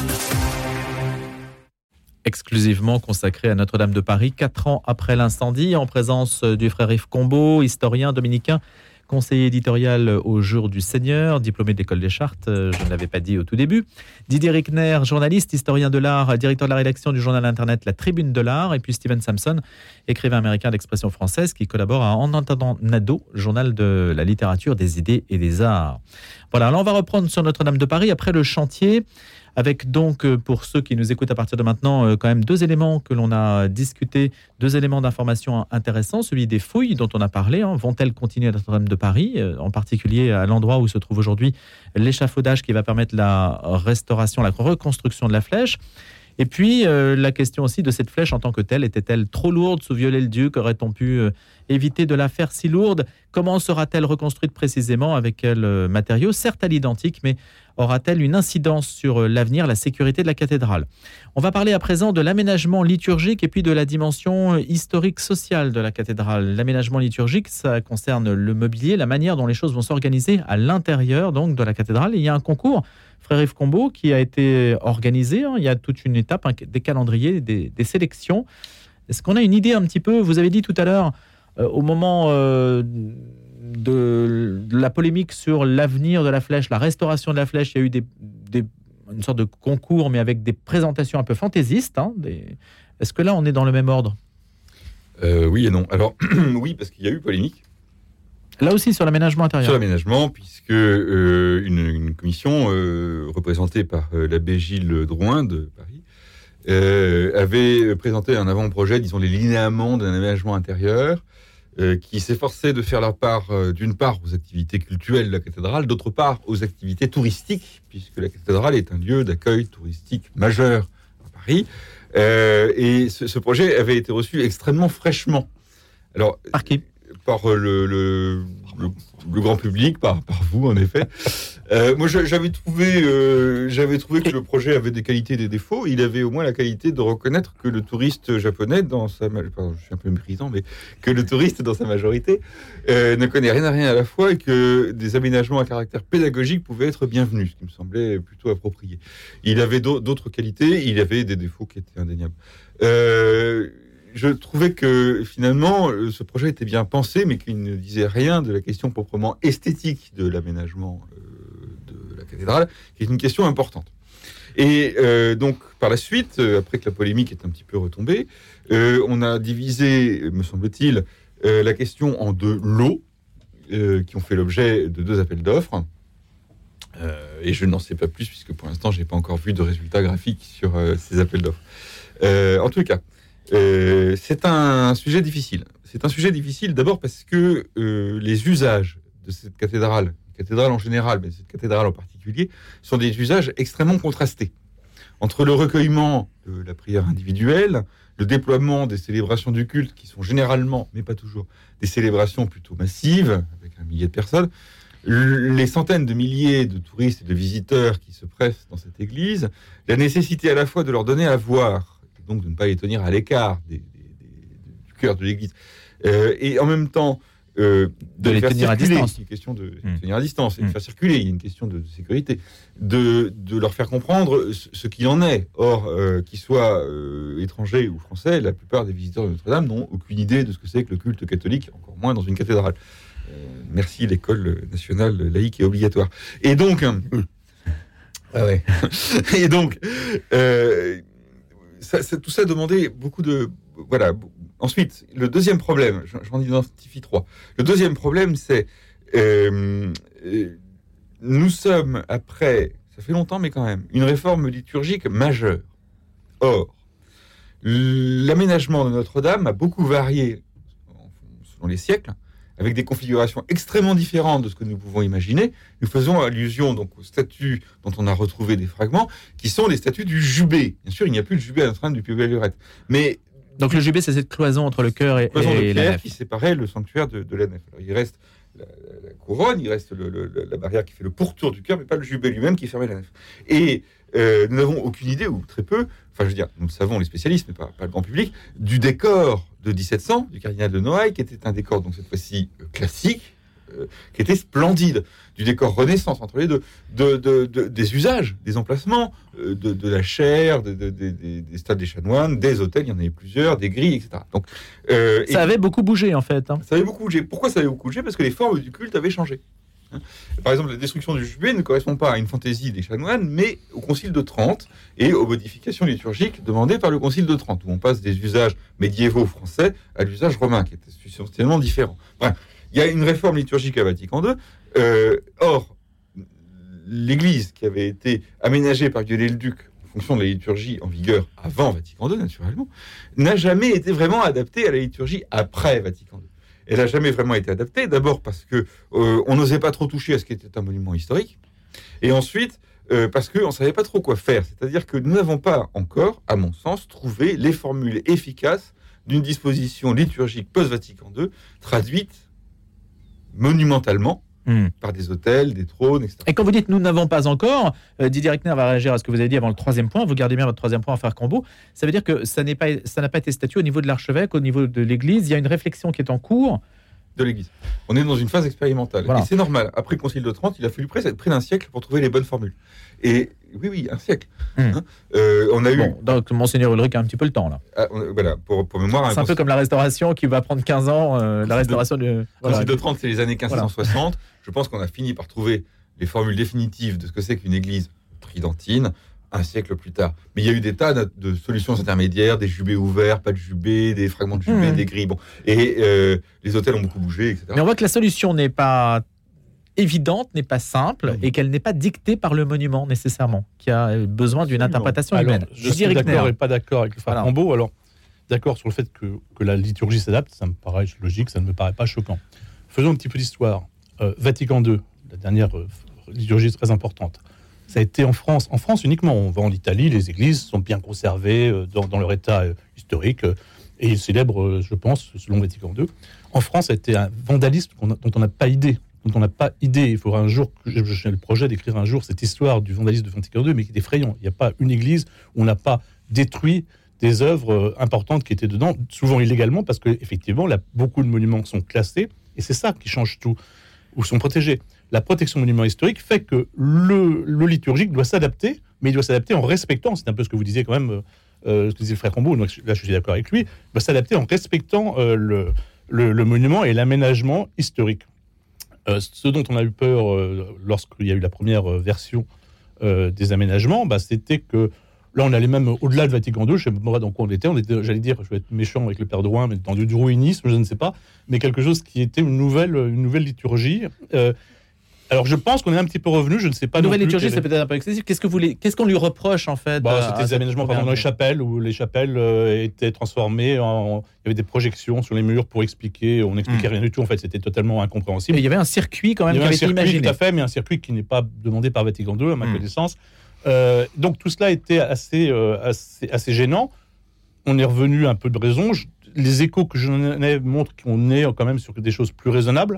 Exclusivement consacré à Notre-Dame de Paris, quatre ans après l'incendie, en présence du frère Yves Combeau, historien dominicain, conseiller éditorial au Jour du Seigneur, diplômé de l'École des Chartes, je ne l'avais pas dit au tout début. Didier Rickner, journaliste, historien de l'art, directeur de la rédaction du journal internet La Tribune de l'Art, et puis Steven Sampson, écrivain américain d'expression française qui collabore à En entendant Nadeau, journal de la littérature, des idées et des arts. Voilà, alors on va reprendre sur Notre-Dame de Paris après le chantier, avec donc, pour ceux qui nous écoutent à partir de maintenant, quand même deux éléments que l'on a discutés, deux éléments d'information intéressants. Celui des fouilles dont on a parlé, hein, vont-elles continuer à Notre-Dame de Paris, en particulier à l'endroit où se trouve aujourd'hui l'échafaudage qui va permettre la restauration, la reconstruction de la flèche. Et puis, euh, la question aussi de cette flèche en tant que telle, était-elle trop lourde sous Viollet-le-Duc ? Aurait-on pu euh, éviter de la faire si lourde. Comment sera-t-elle reconstruite précisément, avec quels euh, matériaux? Certes à l'identique, mais aura-t-elle une incidence sur euh, l'avenir, la sécurité de la cathédrale? On va parler à présent de l'aménagement liturgique et puis de la dimension historique sociale de la cathédrale. L'aménagement liturgique, ça concerne le mobilier, la manière dont les choses vont s'organiser à l'intérieur donc de la cathédrale. Et il y a un concours, Frère Yves Combeau, qui a été organisé. Hein. Il y a toute une étape, hein, des calendriers, des, des sélections. Est-ce qu'on a une idée un petit peu? Vous avez dit tout à l'heure, euh, au moment euh, de, de la polémique sur l'avenir de la flèche, la restauration de la flèche, il y a eu des, des, une sorte de concours, mais avec des présentations un peu fantaisistes. Hein, des... Est-ce que là, on est dans le même ordre? euh, Oui et non. Alors, oui, parce qu'il y a eu polémique. Là aussi, sur l'aménagement intérieur. Sur l'aménagement, puisque euh, une, une commission euh, représentée par euh, l'abbé Gilles Drouin de Paris euh, avait présenté un avant-projet, disons les linéaments d'un aménagement intérieur, euh, qui s'efforçait de faire la part, euh, d'une part, aux activités cultuelles de la cathédrale, d'autre part, aux activités touristiques, puisque la cathédrale est un lieu d'accueil touristique majeur à Paris. Euh, et ce, ce projet avait été reçu extrêmement fraîchement. Alors, par qui? Par le, le, le, le grand public, par, par vous en effet. Euh, moi j'avais trouvé, euh, j'avais trouvé que le projet avait des qualités et des défauts. Il avait au moins la qualité de reconnaître que le touriste japonais, dans sa, pardon, je suis un peu méprisant, mais que le touriste dans sa majorité euh, ne connaît rien à rien à la fois et que des aménagements à caractère pédagogique pouvaient être bienvenus, ce qui me semblait plutôt approprié. Il avait d'autres qualités, il avait des défauts qui étaient indéniables. Euh, Je trouvais que finalement ce projet était bien pensé, mais qu'il ne disait rien de la question proprement esthétique de l'aménagement de la cathédrale, qui est une question importante. Et euh, donc par la suite, après que la polémique est un petit peu retombée, euh, on a divisé, me semble-t-il, euh, la question en deux lots euh, qui ont fait l'objet de deux appels d'offres. Euh, et je n'en sais pas plus puisque pour l'instant, j'ai pas encore vu de résultats graphiques sur euh, ces appels d'offres. Euh, en tout cas. Euh, c'est un sujet difficile. C'est un sujet difficile d'abord parce que euh, les usages de cette cathédrale, cathédrale en général, mais cette cathédrale en particulier, sont des usages extrêmement contrastés. Entre le recueillement de la prière individuelle, le déploiement des célébrations du culte, qui sont généralement, mais pas toujours, des célébrations plutôt massives, avec un millier de personnes, les centaines de milliers de touristes et de visiteurs qui se pressent dans cette église, la nécessité à la fois de leur donner à voir, donc de ne pas les tenir à l'écart des, des, des, du cœur de l'Église, euh, et en même temps euh, de, de les faire tenir circuler. À distance. Il y a une question de mmh. tenir à distance, et mmh. de faire circuler. Il y a une question de, de sécurité, de, de leur faire comprendre ce, ce qu'il en est. Or, euh, qu'ils soient euh, étrangers ou français, la plupart des visiteurs de Notre-Dame n'ont aucune idée de ce que c'est que le culte catholique, encore moins dans une cathédrale. Euh, merci l'école nationale laïque et obligatoire. Et donc, mmh. ah ouais. et donc. Euh, Ça, ça, tout ça demandait beaucoup de... Voilà. Ensuite, le deuxième problème, j'en identifie trois. Le deuxième problème, c'est... Euh, euh, nous sommes après, ça fait longtemps, mais quand même, une réforme liturgique majeure. Or, l'aménagement de Notre-Dame a beaucoup varié selon les siècles, avec des configurations extrêmement différentes de ce que nous pouvons imaginer. Nous faisons allusion donc aux statues dont on a retrouvé des fragments, qui sont les statues du jubé. Bien sûr, il n'y a plus de jubé à Notre-Dame du Puy-Belle-Lurette. Mais donc le jubé, c'est cette cloison entre le chœur et, cloison et de pierre la nef qui séparait le sanctuaire de, de la nef. Alors, il reste la, la, la couronne, il reste le, le, la barrière qui fait le pourtour du chœur, mais pas le jubé lui-même qui fermait la nef. Et euh, nous n'avons aucune idée, ou très peu, enfin je veux dire, nous le savons les spécialistes, mais pas, pas le grand public, du décor de dix-sept cents, du cardinal de Noailles, qui était un décor, donc cette fois-ci euh, classique, euh, qui était splendide, du décor Renaissance entre les deux, de, de, de, des usages, des emplacements, euh, de, de la chaire, de, de, de, de, des stades des chanoines, des hôtels, il y en avait plusieurs, des grilles, et cetera. Donc, euh, ça et, avait beaucoup bougé en fait. Hein. Ça avait beaucoup bougé. Pourquoi ça avait beaucoup bougé? Parce que les formes du culte avaient changé. Par exemple, la destruction du jubé ne correspond pas à une fantaisie des chanoines, mais au Concile de Trente et aux modifications liturgiques demandées par le Concile de Trente, où on passe des usages médiévaux français à l'usage romain, qui était substantiellement différent. Bref, il y a une réforme liturgique à Vatican deux. Euh, or, l'Église qui avait été aménagée par Viollet-le-Duc en fonction de la liturgie en vigueur avant Vatican deux, naturellement, n'a jamais été vraiment adaptée à la liturgie après Vatican deux. Elle n'a jamais vraiment été adaptée, d'abord parce que euh, on n'osait pas trop toucher à ce qui était un monument historique, et ensuite euh, parce qu'on ne savait pas trop quoi faire. C'est-à-dire que nous n'avons pas encore, à mon sens, trouvé les formules efficaces d'une disposition liturgique post-Vatican deux, traduite monumentalement mmh. par des autels, des trônes, et cetera. Et quand vous dites « nous n'avons pas encore », euh, Didier Reckner va réagir à ce que vous avez dit avant le troisième point. Vous gardez bien votre troisième point à faire combo. Ça veut dire que ça, n'est pas, ça n'a pas été statué au niveau de l'archevêque, au niveau de l'Église. Il y a une réflexion qui est en cours. De l'Église. On est dans une phase expérimentale. Voilà. Et c'est normal. Après le Concile de Trente, il a fallu près, près d'un siècle pour trouver les bonnes formules. Et oui, oui, un siècle. Mmh. Hein euh, on a bon, eu... Donc, Monseigneur Ulrich a un petit peu le temps, là. Ah, on, voilà, pour, pour mémoire... C'est un, un peu comme la Restauration qui va prendre quinze ans. Euh, la Restauration de... du... Voilà. Concile de Trente, c'est les années quinze cent soixante. Voilà. Je pense qu'on a fini par trouver les formules définitives de ce que c'est qu'une église tridentine un siècle plus tard. Mais il y a eu des tas de, de solutions intermédiaires, des jubés ouverts, pas de jubés, des fragments de jubés, mmh. des grilles. Bon. Et euh, les hôtels ont beaucoup bougé, et cetera. Mais on voit que la solution n'est pas évidente, n'est pas simple, mmh. et qu'elle n'est pas dictée par le monument nécessairement, qui a besoin d'une interprétation alors, humaine. Je suis d'accord et pas d'accord avec le frère Rambaud. Alors, d'accord sur le fait que, que la liturgie s'adapte, ça me paraît logique, ça ne me paraît pas choquant. Faisons un petit peu d'histoire. Euh, Vatican deux, la dernière euh, liturgie très importante. Ça a été en France, en France uniquement. On va en Italie, les églises sont bien conservées euh, dans, dans leur état euh, historique euh, et ils célèbrent, euh, je pense, selon Vatican deux. En France, ça a été un vandalisme a, dont on n'a pas idée. Dont on n'a pas idée. Il faudra un jour, j'ai le projet d'écrire un jour cette histoire du vandalisme de Vatican deux, mais qui est effrayant. Il n'y a pas une église où on n'a pas détruit des œuvres euh, importantes qui étaient dedans, souvent illégalement, parce qu'effectivement, beaucoup de monuments sont classés et c'est ça qui change tout, ou sont protégés. La protection monuments historiques fait que le, le liturgique doit s'adapter, mais il doit s'adapter en respectant, c'est un peu ce que vous disiez quand même, euh, ce que disait le frère Rambaud, là je suis d'accord avec lui, il doit s'adapter en respectant euh, le, le, le monument et l'aménagement historique. Euh, ce dont on a eu peur euh, lorsqu'il y a eu la première euh, version euh, des aménagements, bah, c'était que là on allait même au-delà de Vatican deux, je ne sais pas dans quoi on était, on était, j'allais dire, je vais être méchant avec le père Drouin, mais dans du drouinisme, je ne sais pas, mais quelque chose qui était une nouvelle, une nouvelle liturgie. Euh, Alors je pense qu'on est un petit peu revenu, je ne sais pas. Nouvelle liturgie, c'est peut-être un peu excessif. Qu'est-ce que vous voulez, qu'est-ce qu'on lui reproche en fait? Bah, c'était des aménagements par exemple dans les chapelles où les chapelles euh, étaient transformées, en... il y avait des projections sur les murs pour expliquer. On n'expliquait mmh. rien du tout en fait, c'était totalement incompréhensible. Et il y avait un circuit quand même qui avait été imaginé. Tout à fait, mais un circuit qui n'est pas demandé par Vatican deux à ma mmh. connaissance. Euh, donc tout cela était assez, euh, assez, assez gênant. On est revenu un peu de raison. Je... Les échos que j'en ai montrent qu'on est quand même sur des choses plus raisonnables.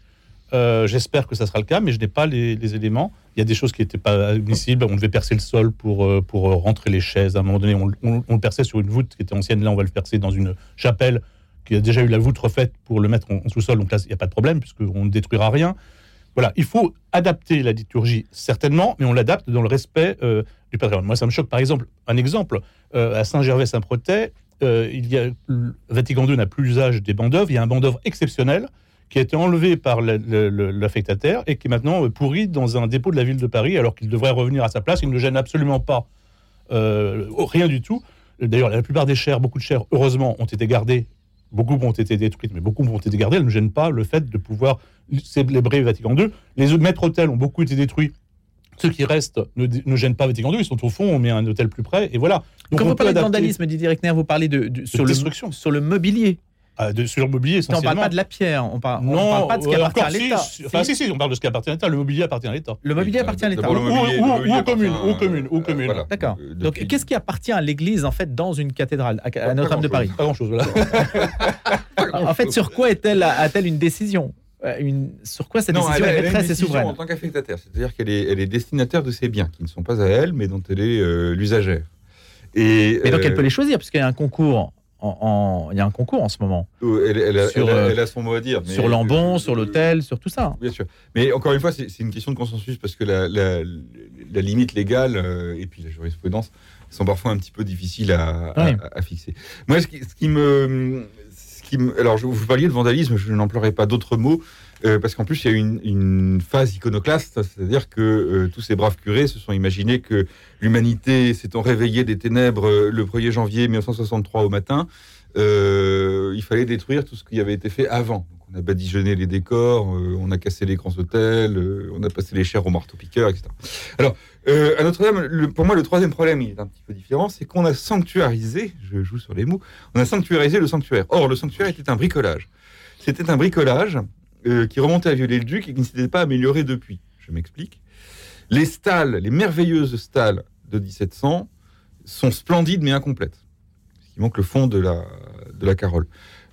Euh, j'espère que ça sera le cas, mais je n'ai pas les, les éléments. Il y a des choses qui n'étaient pas admissibles. On devait percer le sol pour, pour rentrer les chaises. À un moment donné, on, on, on le perçait sur une voûte qui était ancienne. Là, on va le percer dans une chapelle qui a déjà eu la voûte refaite pour le mettre en, en sous-sol. Donc là, il n'y a pas de problème puisqu'on ne détruira rien. Voilà, il faut adapter la liturgie, certainement, mais on l'adapte dans le respect euh, du patrimoine. Moi, ça me choque, par exemple, un exemple, euh, à Saint-Gervais-Saint-Protais, euh, il y a, Vatican deux n'a plus l'usage des bancs d'œuvre. Il y a un banc d'œuvre exceptionnel qui a été enlevé par le, le, le, l'affectataire et qui est maintenant pourri dans un dépôt de la ville de Paris, alors qu'il devrait revenir à sa place. Il ne gêne absolument pas, euh, rien du tout. D'ailleurs, la plupart des chaires, beaucoup de chaires, heureusement, ont été gardées. Beaucoup ont été détruites, mais beaucoup ont été gardées. Elles ne gênent pas le fait de pouvoir célébrer Vatican deux. Les maîtres-hôtels ont beaucoup été détruits. Ceux qui restent ne, ne gênent pas Vatican deux. Ils sont au fond, on met un hôtel plus près, et voilà. Donc quand vous parlez de vandalisme, Didier Reckner, vous parlez de, de, de sur, le, sur le mobilier. Ah, de, sur le mobilier, essentiellement. On ne parle pas de la pierre, on parle, non, on parle pas de ce qui appartient encore, à l'État. Si, enfin, si, si, on parle de ce qui appartient à l'État. Le mobilier appartient à l'État. Le mobilier appartient à l'État. Ou, ou, ou aux communes, aux communes, aux communes. Voilà. D'accord. Euh, Donc, depuis... qu'est-ce qui appartient à l'Église, en fait, dans une cathédrale, à, à Notre-Dame de Paris? Pas grand-chose, voilà. En fait, sur quoi est-elle, a-t-elle une décision? Une... Sur quoi cette non, décision elle, est maîtresse et souveraine? En tant qu'affectataire, c'est-à-dire qu'elle est, elle est destinataire de ses biens, qui ne sont pas à elle, mais dont elle est euh, l'usagère. Et, mais donc, euh... elle peut les choisir, puisqu'il y a un concours... En, en, il y a un concours en ce moment. Elle, elle, a, sur, elle, a, elle a son mot à dire. Mais sur Lambon, euh, sur l'hôtel, sur tout ça. Bien sûr. Mais encore une fois, c'est, c'est une question de consensus parce que la, la, la limite légale euh, et puis la jurisprudence sont parfois un petit peu difficiles à, oui. à, à fixer. Moi, ce qui, ce qui me... Ce qui me alors, je, vous parliez de vandalisme, je n'emploierai pas d'autres mots. Euh, parce qu'en plus, il y a une, une phase iconoclaste, c'est-à-dire que euh, tous ces braves curés se sont imaginés que l'humanité s'étant réveillée des ténèbres euh, le premier janvier mille neuf cent soixante-trois au matin, euh, il fallait détruire tout ce qui avait été fait avant. Donc, on a badigeonné les décors, euh, on a cassé les grands hôtels, euh, on a passé les chairs au marteau-piqueur, et cetera. Alors, euh, à Notre-Dame, le, pour moi, le troisième problème, il est un petit peu différent, c'est qu'on a sanctuarisé, je joue sur les mots, on a sanctuarisé le sanctuaire. Or, le sanctuaire était un bricolage. C'était un bricolage... Euh, qui remontait à Viollet-le-Duc et qui ne s'était pas amélioré depuis. Je m'explique. Les stalles, les merveilleuses stalles de dix-sept cents sont splendides mais incomplètes. il manque le fond de la, de la carole.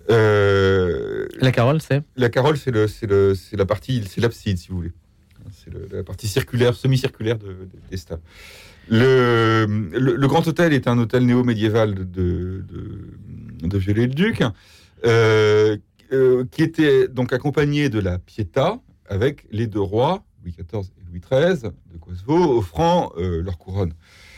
Euh, la carole, c'est La carole, c'est, le, c'est, le, c'est la partie, c'est l'abside, si vous voulez. C'est le, la partie circulaire, semi-circulaire de, de, des stables. Le, le, le Grand Hôtel est un hôtel néo-médiéval de, de, de, de Viollet-le-Duc, euh, euh, qui était donc accompagné de la Pietà, avec les deux rois, Louis quatorze et Louis treize, de Kosovo, offrant euh, leur couronne.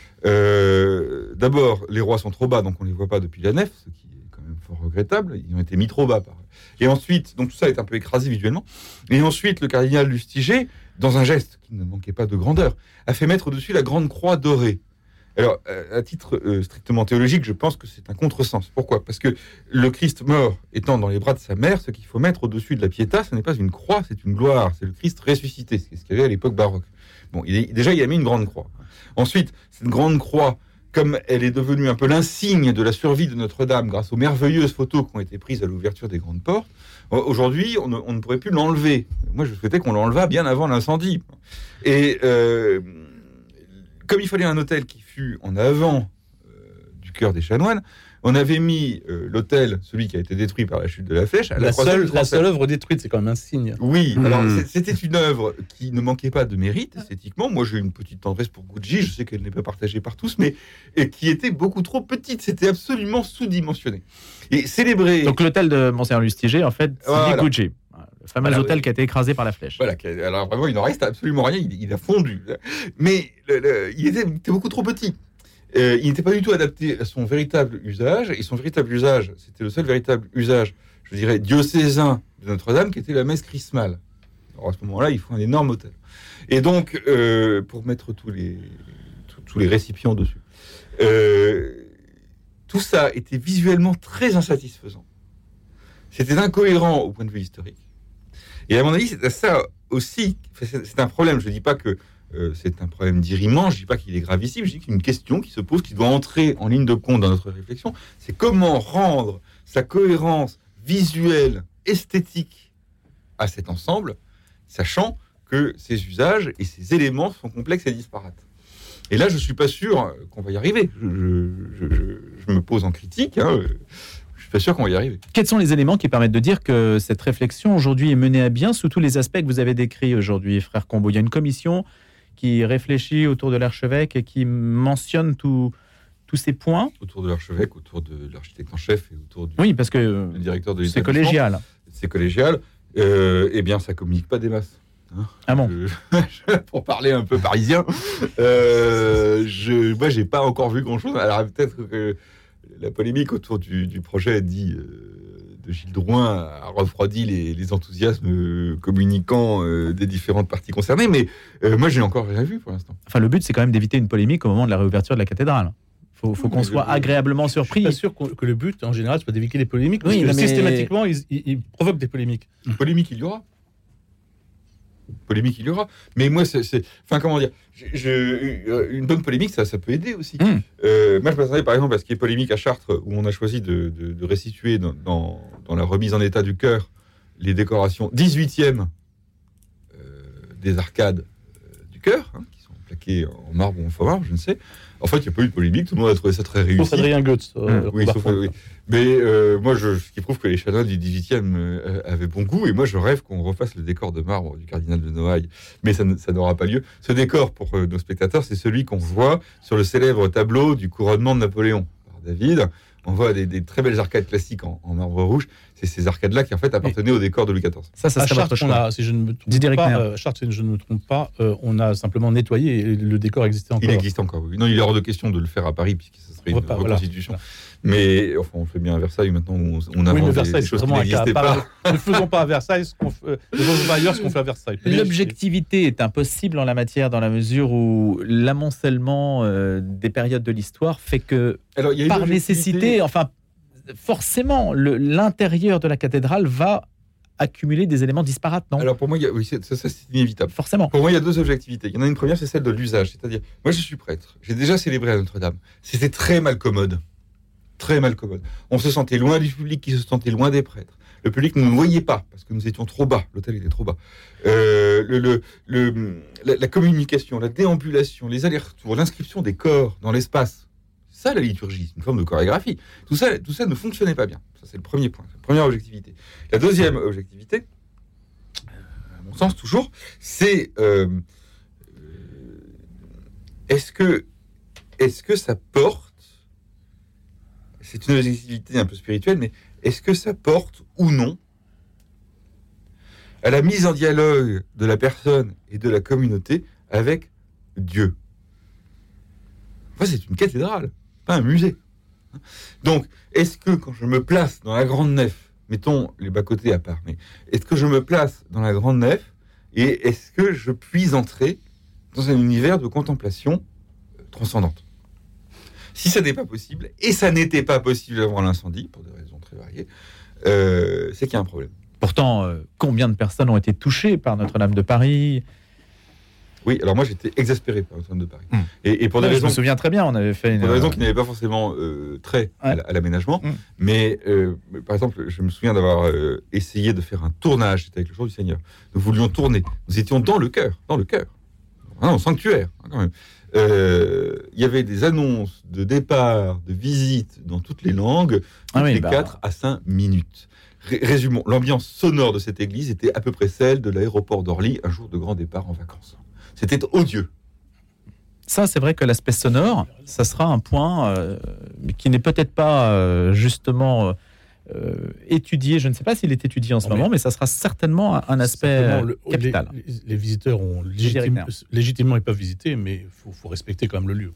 Euh, d'abord, les rois sont trop bas, donc on ne les voit pas depuis la nef, ce qui est quand même fort regrettable. Ils ont été mis trop bas. Par... Et ensuite, donc tout ça est un peu écrasé visuellement. Et ensuite, le cardinal Lustiger, dans un geste qui ne manquait pas de grandeur, a fait mettre au-dessus la grande croix dorée. Alors, à titre euh, strictement théologique, je pense que c'est un contresens. Pourquoi ? Parce que le Christ mort étant dans les bras de sa mère, ce qu'il faut mettre au-dessus de la Pietà, ce n'est pas une croix, c'est une gloire. C'est le Christ ressuscité, c'est ce qu'il y avait à l'époque baroque. Bon, il est, déjà, il a mis une grande croix. Ensuite, cette grande croix, comme elle est devenue un peu l'insigne de la survie de Notre-Dame grâce aux merveilleuses photos qui ont été prises à l'ouverture des grandes portes, aujourd'hui, on ne, on ne pourrait plus l'enlever. Moi, je souhaitais qu'on l'enlevât bien avant l'incendie. Et euh, comme il fallait un hôtel qui fût en avant euh, du cœur des chanoines, on avait mis euh, l'hôtel, celui qui a été détruit par la chute de la flèche, à la, la, seule, la seule œuvre détruite, c'est quand même un signe. Oui, mmh. alors c'était une œuvre qui ne manquait pas de mérite esthétiquement. Moi, j'ai une petite tendresse pour Gucci, je sais qu'elle n'est pas partagée par tous, mais et qui était beaucoup trop petite. C'était absolument sous-dimensionné. Et célébrer. Donc l'hôtel de Monseigneur Lustiger, en fait, c'est voilà. Gucci. Le fameux voilà, hôtel oui. qui a été écrasé par la flèche. Voilà, alors vraiment, il n'en reste absolument rien, il, il a fondu. Mais le, le, il, était, il était beaucoup trop petit. Euh, il n'était pas du tout adapté à son véritable usage, et son véritable usage, c'était le seul véritable usage, je dirais, diocésain de Notre-Dame, qui était la messe chrismale. Alors à ce moment-là, il faut un énorme hôtel. Et donc, euh, pour mettre tous les, tous, tous les récipients dessus, euh, tout ça était visuellement très insatisfaisant. C'était incohérent au point de vue historique. Et à mon avis, c'est ça aussi, c'est, c'est un problème. Je ne dis pas que Euh, c'est un problème d'irriement, je ne dis pas qu'il est gravissime, je dis qu'il y a une question qui se pose, qui doit entrer en ligne de compte dans notre réflexion, c'est comment rendre sa cohérence visuelle, esthétique à cet ensemble, sachant que ces usages et ces éléments sont complexes et disparates. Et là, je ne suis pas sûr qu'on va y arriver. Je, je, je, je me pose en critique, hein, je ne suis pas sûr qu'on va y arriver. Quels sont les éléments qui permettent de dire que cette réflexion aujourd'hui est menée à bien sous tous les aspects que vous avez décrits aujourd'hui, frère Combeau ? Il y a une commission qui réfléchit autour de l'archevêque et qui mentionne tout, tous ces points. Autour de l'archevêque, autour de l'architecte en chef et autour du, oui, parce que du directeur de c'est collégial. C'est collégial. Euh, eh bien, ça ne communique pas des masses. Hein. Ah bon je, Pour parler un peu parisien, euh, je, moi, je n'ai pas encore vu grand-chose. Alors, peut-être que la polémique autour du, du projet dit... Euh, de Gilles Drouin a refroidi les, les enthousiasmes communicants euh, des différentes parties concernées, mais euh, moi, je n'ai encore rien vu pour l'instant. Enfin, le but, c'est quand même d'éviter une polémique au moment de la réouverture de la cathédrale. Il faut, faut qu'on oui, soit le, agréablement surpris. Je ne suis pas sûr que le but, en général, soit d'éviter les polémiques, parce oui, que mais... systématiquement, ils, ils, ils provoquent des polémiques. Une polémique, il y aura. Polémique, il y aura. Mais moi, c'est... c'est... Enfin, comment dire je, je, Une bonne polémique, ça, ça peut aider aussi. Mmh. Euh, moi, je m'attendais, par exemple, à ce qui est polémique à Chartres, où on a choisi de, de, de restituer dans, dans, dans la remise en état du chœur les décorations dix-huitième euh, des arcades euh, du chœur, hein, qui sont plaquées en marbre ou en faux marbre, je ne sais. En fait, il n'y a pas eu de polémique, tout le monde a trouvé ça très réussi. Sauf Adrien Goetz. Euh, mmh, oui, sauf, oui. Mais euh, moi, je, ce qui prouve que les chanoines du dix-huitième euh, avaient bon goût, et moi, je rêve qu'on refasse le décor de marbre du cardinal de Noailles. Mais ça, ça n'aura pas lieu. Ce décor, pour euh, nos spectateurs, c'est celui qu'on voit sur le célèbre tableau du couronnement de Napoléon par David. On voit des, des très belles arcades classiques en, en marbre rouge. C'est ces arcades-là qui, en fait, appartenaient oui. au décor de Louis quatorze. Ça, ça serait votre choix. A, si je ne me trompe pas, euh, Chartres, si je ne me trompe pas, euh, on a simplement nettoyé et le décor existait encore. Il existe encore, oui. Non, il est hors de question de le faire à Paris, puisque ce serait une pas, reconstitution. Voilà. Mais enfin, on le fait bien à Versailles maintenant, on, on invente oui, des, des choses qui n'existaient pas. Ne faisons pas à Versailles ce qu'on fait, ne faisons pas ailleurs ce qu'on fait à Versailles. L'objectivité est impossible en la matière dans la mesure où l'amoncellement euh, des périodes de l'histoire fait que, alors, y a par nécessité, enfin, forcément, le, l'intérieur de la cathédrale va accumuler des éléments disparates, non ? Alors pour moi, il y a, oui, c'est, ça, ça c'est inévitable. Forcément. Pour moi, il y a deux objectivités. Il y en a une première, c'est celle de l'usage. C'est-à-dire, moi je suis prêtre, j'ai déjà célébré à Notre-Dame. C'était très mal commode. Très mal commode. On se sentait loin du public qui se sentait loin des prêtres. Le public ne nous voyait pas parce que nous étions trop bas. L'hôtel était trop bas. Euh, le, le, le, la, la communication, la déambulation, les allers-retours, l'inscription des corps dans l'espace, ça la liturgie, c'est une forme de chorégraphie. Tout ça, tout ça ne fonctionnait pas bien. Ça, c'est le premier point, c'est la première objectivité. La deuxième objectivité, à mon sens toujours, c'est euh, est-ce que, est-ce que ça porte, c'est une objectivité un peu spirituelle, mais est-ce que ça porte ou non à la mise en dialogue de la personne et de la communauté avec Dieu. Enfin, c'est une cathédrale, pas un musée. Donc, est-ce que quand je me place dans la grande nef, mettons les bas-côtés à part, mais est-ce que je me place dans la grande nef et est-ce que je puis entrer dans un univers de contemplation transcendante ? Si ça n'est pas possible, et ça n'était pas possible avant l'incendie, pour des raisons très variées, euh, c'est qu'il y a un problème. Pourtant, euh, combien de personnes ont été touchées par Notre-Dame de Paris ? Oui, alors moi j'étais exaspéré par Notre-Dame de Paris. Mmh. Et, et pour des ouais, raisons, je me souviens très bien, on avait fait une... Pour des raisons qui n'avaient pas forcément euh, trait ouais. à, à l'aménagement. Mmh. Mais euh, par exemple, je me souviens d'avoir euh, essayé de faire un tournage, c'était avec le jour du Seigneur. Nous voulions tourner. Nous étions dans le cœur, dans le cœur. Ah non, sanctuaire, hein, quand même. Il euh, y avait des annonces de départ, de visite dans toutes les langues, toutes ah oui, les bah... quatre à cinq minutes. Résumons, l'ambiance sonore de cette église était à peu près celle de l'aéroport d'Orly, un jour de grand départ en vacances. C'était odieux. Ça, c'est vrai que l'aspect sonore, ça sera un point euh, qui n'est peut-être pas euh, justement euh, étudié. Je ne sais pas s'il est étudié en ce non, moment, mais... mais ça sera certainement un aspect le, capital. Les, les, les visiteurs ont légitime, légitimement, ils peuvent visiter, mais il faut, faut respecter quand même le lieu.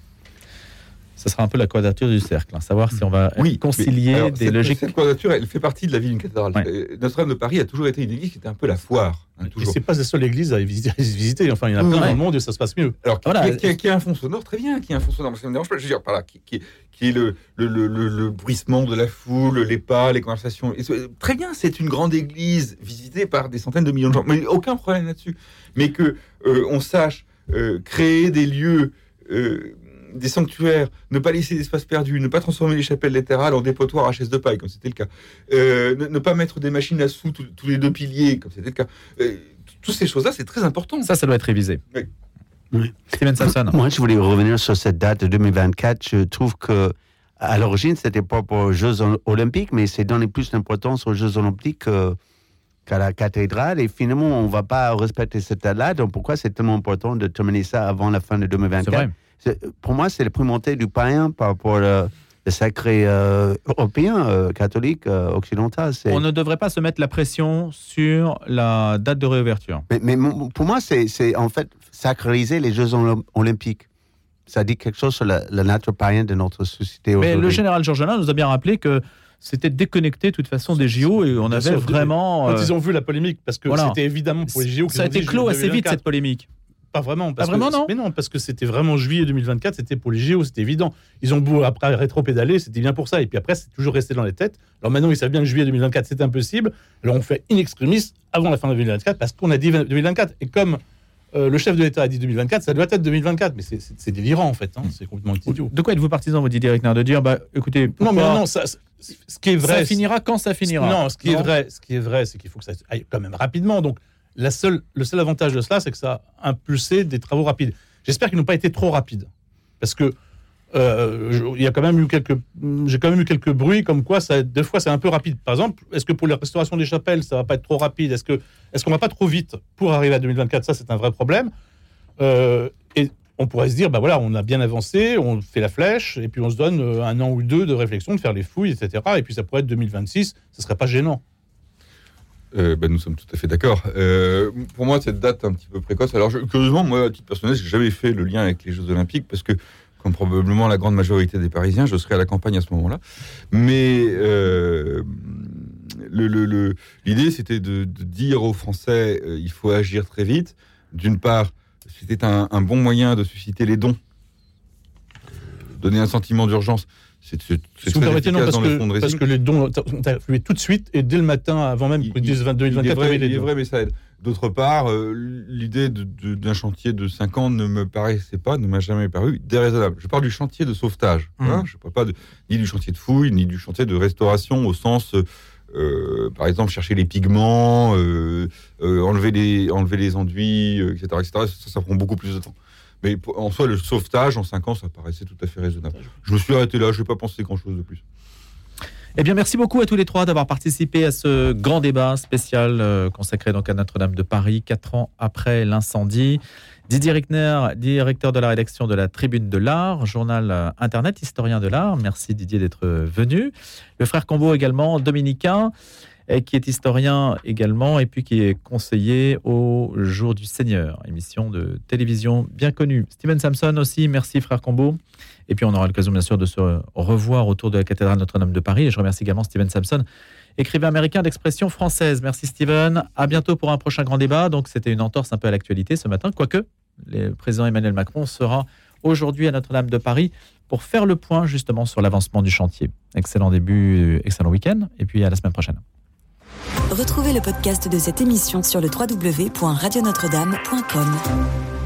Ce sera un peu la quadrature du cercle, hein, savoir si on va oui, concilier alors, des cette, logiques. Cette quadrature, elle fait partie de la vie d'une cathédrale. Ouais. Notre-Dame de Paris a toujours été une église qui était un peu la foire. Hein, toujours. Et c'est pas la seule église à visiter, à visiter. Enfin, il y en a plein ouais. dans le monde et ça se passe mieux. Alors, voilà. qui, qui, qui a un fond sonore, très bien, qui a un fond sonore, ça me dérange pas. Je veux dire, par là, qui, qui, qui est le, le, le, le, le bruissement de la foule, les pas, les conversations. Et très bien, c'est une grande église visitée par des centaines de millions de gens. Mais aucun problème là-dessus. Mais que euh, on sache euh, créer des lieux. Euh, des sanctuaires, ne pas laisser d'espace perdu, ne pas transformer les chapelles latérales en dépotoirs à chaises de paille, comme c'était le cas, euh, ne, ne pas mettre des machines à sous tous, tous les deux piliers, comme c'était le cas. Euh, toutes ces choses-là, c'est très important. Ça, ça doit être révisé. Oui. Oui. Steven Samson. Moi, je voulais revenir sur cette date de deux mille vingt-quatre. Je trouve que à l'origine, c'était pas pour les Jeux Olympiques, mais c'est donner plus d'importance aux Jeux Olympiques euh, qu'à la cathédrale. Et finalement, on ne va pas respecter cette date-là. Donc, pourquoi c'est tellement important de terminer ça avant la fin de deux mille vingt-quatre ? C'est vrai. C'est, pour moi, c'est la primauté du païen par rapport au le sacré euh, européen, euh, catholique, euh, occidental. C'est... On ne devrait pas se mettre la pression sur la date de réouverture. Mais, mais pour moi, c'est, c'est en fait sacraliser les Jeux olympiques. Ça dit quelque chose sur la, la nature païenne de notre société aujourd'hui. Mais le général Georges Alain nous a bien rappelé que c'était déconnecté de toute façon des J O et on avait vraiment... Quand euh... ils ont vu la polémique, parce que voilà. C'était évidemment pour les J O... Ça a été clos assez vite, cette polémique. Pas vraiment. Parce pas vraiment, que, non. Mais non, parce que c'était vraiment juillet deux mille vingt-quatre, c'était pour les J O, c'était évident. Ils ont beau après rétro-pédaler, c'était bien pour ça. Et puis après, c'est toujours resté dans les têtes. Alors maintenant, ils savent bien que juillet deux mille vingt-quatre, c'est impossible. Alors on fait in extremis avant la fin de deux mille vingt-quatre, parce qu'on a dit deux mille vingt-quatre. Et comme euh, le chef de l'État a dit deux mille vingt-quatre, ça doit être deux mille vingt-quatre. Mais c'est, c'est, c'est délirant, en fait. Hein. C'est complètement idiot. De quoi êtes-vous partisan, vous dites, Eric Nard, de dire, bah, écoutez, non, mais non, ça, ce qui est vrai... Ça finira quand ça finira. Non, ce qui non. est vrai, ce qui est vrai, c'est qu'il faut que ça aille quand même rapidement. Donc, La seule, le seul avantage de cela, c'est que ça a impulsé des travaux rapides. J'espère qu'ils n'ont pas été trop rapides, parce que euh, il y a quand même eu quelques, j'ai quand même eu quelques bruits comme quoi ça, deux fois c'est un peu rapide. Par exemple, est-ce que pour la restauration des chapelles, ça va pas être trop rapide ? Est-ce que, est-ce qu'on va pas trop vite pour arriver à deux mille vingt-quatre ? Ça, c'est un vrai problème. Euh, et on pourrait se dire, bah voilà, on a bien avancé, on fait la flèche, et puis on se donne un an ou deux de réflexion, de faire les fouilles, et cetera. Et puis ça pourrait être deux mille vingt-six, ça serait pas gênant. Euh, ben, nous sommes tout à fait d'accord. Euh, pour moi, cette date est un petit peu précoce. Alors, je, curieusement, moi, à titre personnel, j'ai jamais fait le lien avec les Jeux Olympiques parce que, comme probablement la grande majorité des Parisiens, je serais à la campagne à ce moment-là. Mais euh, le, le, le, l'idée, c'était de, de dire aux Français, euh, il faut agir très vite. D'une part, c'était un, un bon moyen de susciter les dons, euh, donner un sentiment d'urgence. C'est, c'est, c'est si vous permettez, non, parce que, parce que les dons ont afflué tout de suite et dès le matin, avant même qu'ils disent deux mille vingt-quatre. Il est vrai, il est vrai, mais ça aide. D'autre part, euh, l'idée de, de, d'un chantier de cinq ans ne me paraissait pas, ne m'a jamais paru déraisonnable. Je parle du chantier de sauvetage. Mmh. Hein, je ne parle pas de, ni du chantier de fouille, ni du chantier de restauration au sens euh, par exemple, chercher les pigments, euh, euh, enlever, les, enlever les enduits, euh, et cetera, et cetera. Ça, ça prend beaucoup plus de temps. Mais pour, en soi, le sauvetage, en cinq ans, ça paraissait tout à fait raisonnable. Je me suis arrêté là, je n'ai pas pensé grand-chose de plus. Eh bien, merci beaucoup à tous les trois d'avoir participé à ce grand débat spécial euh, consacré donc à Notre-Dame de Paris, quatre ans après l'incendie. Didier Rickner, directeur de la rédaction de la Tribune de l'Art, journal euh, internet, historien de l'art. Merci Didier d'être venu. Le frère Combeau également, dominicain, et qui est historien également, et puis qui est conseiller au Jour du Seigneur, émission de télévision bien connue. Steven Samson aussi, merci frère Combeau. Et puis on aura l'occasion bien sûr de se revoir autour de la cathédrale Notre-Dame de Paris. Et je remercie également Steven Samson, écrivain américain d'expression française. Merci Steven. À bientôt pour un prochain grand débat. Donc c'était une entorse un peu à l'actualité ce matin, quoique le président Emmanuel Macron sera aujourd'hui à Notre-Dame de Paris pour faire le point justement sur l'avancement du chantier. Excellent début, excellent week-end, et puis à la semaine prochaine. Retrouvez le podcast de cette émission sur le w w w point radio notre dame point com.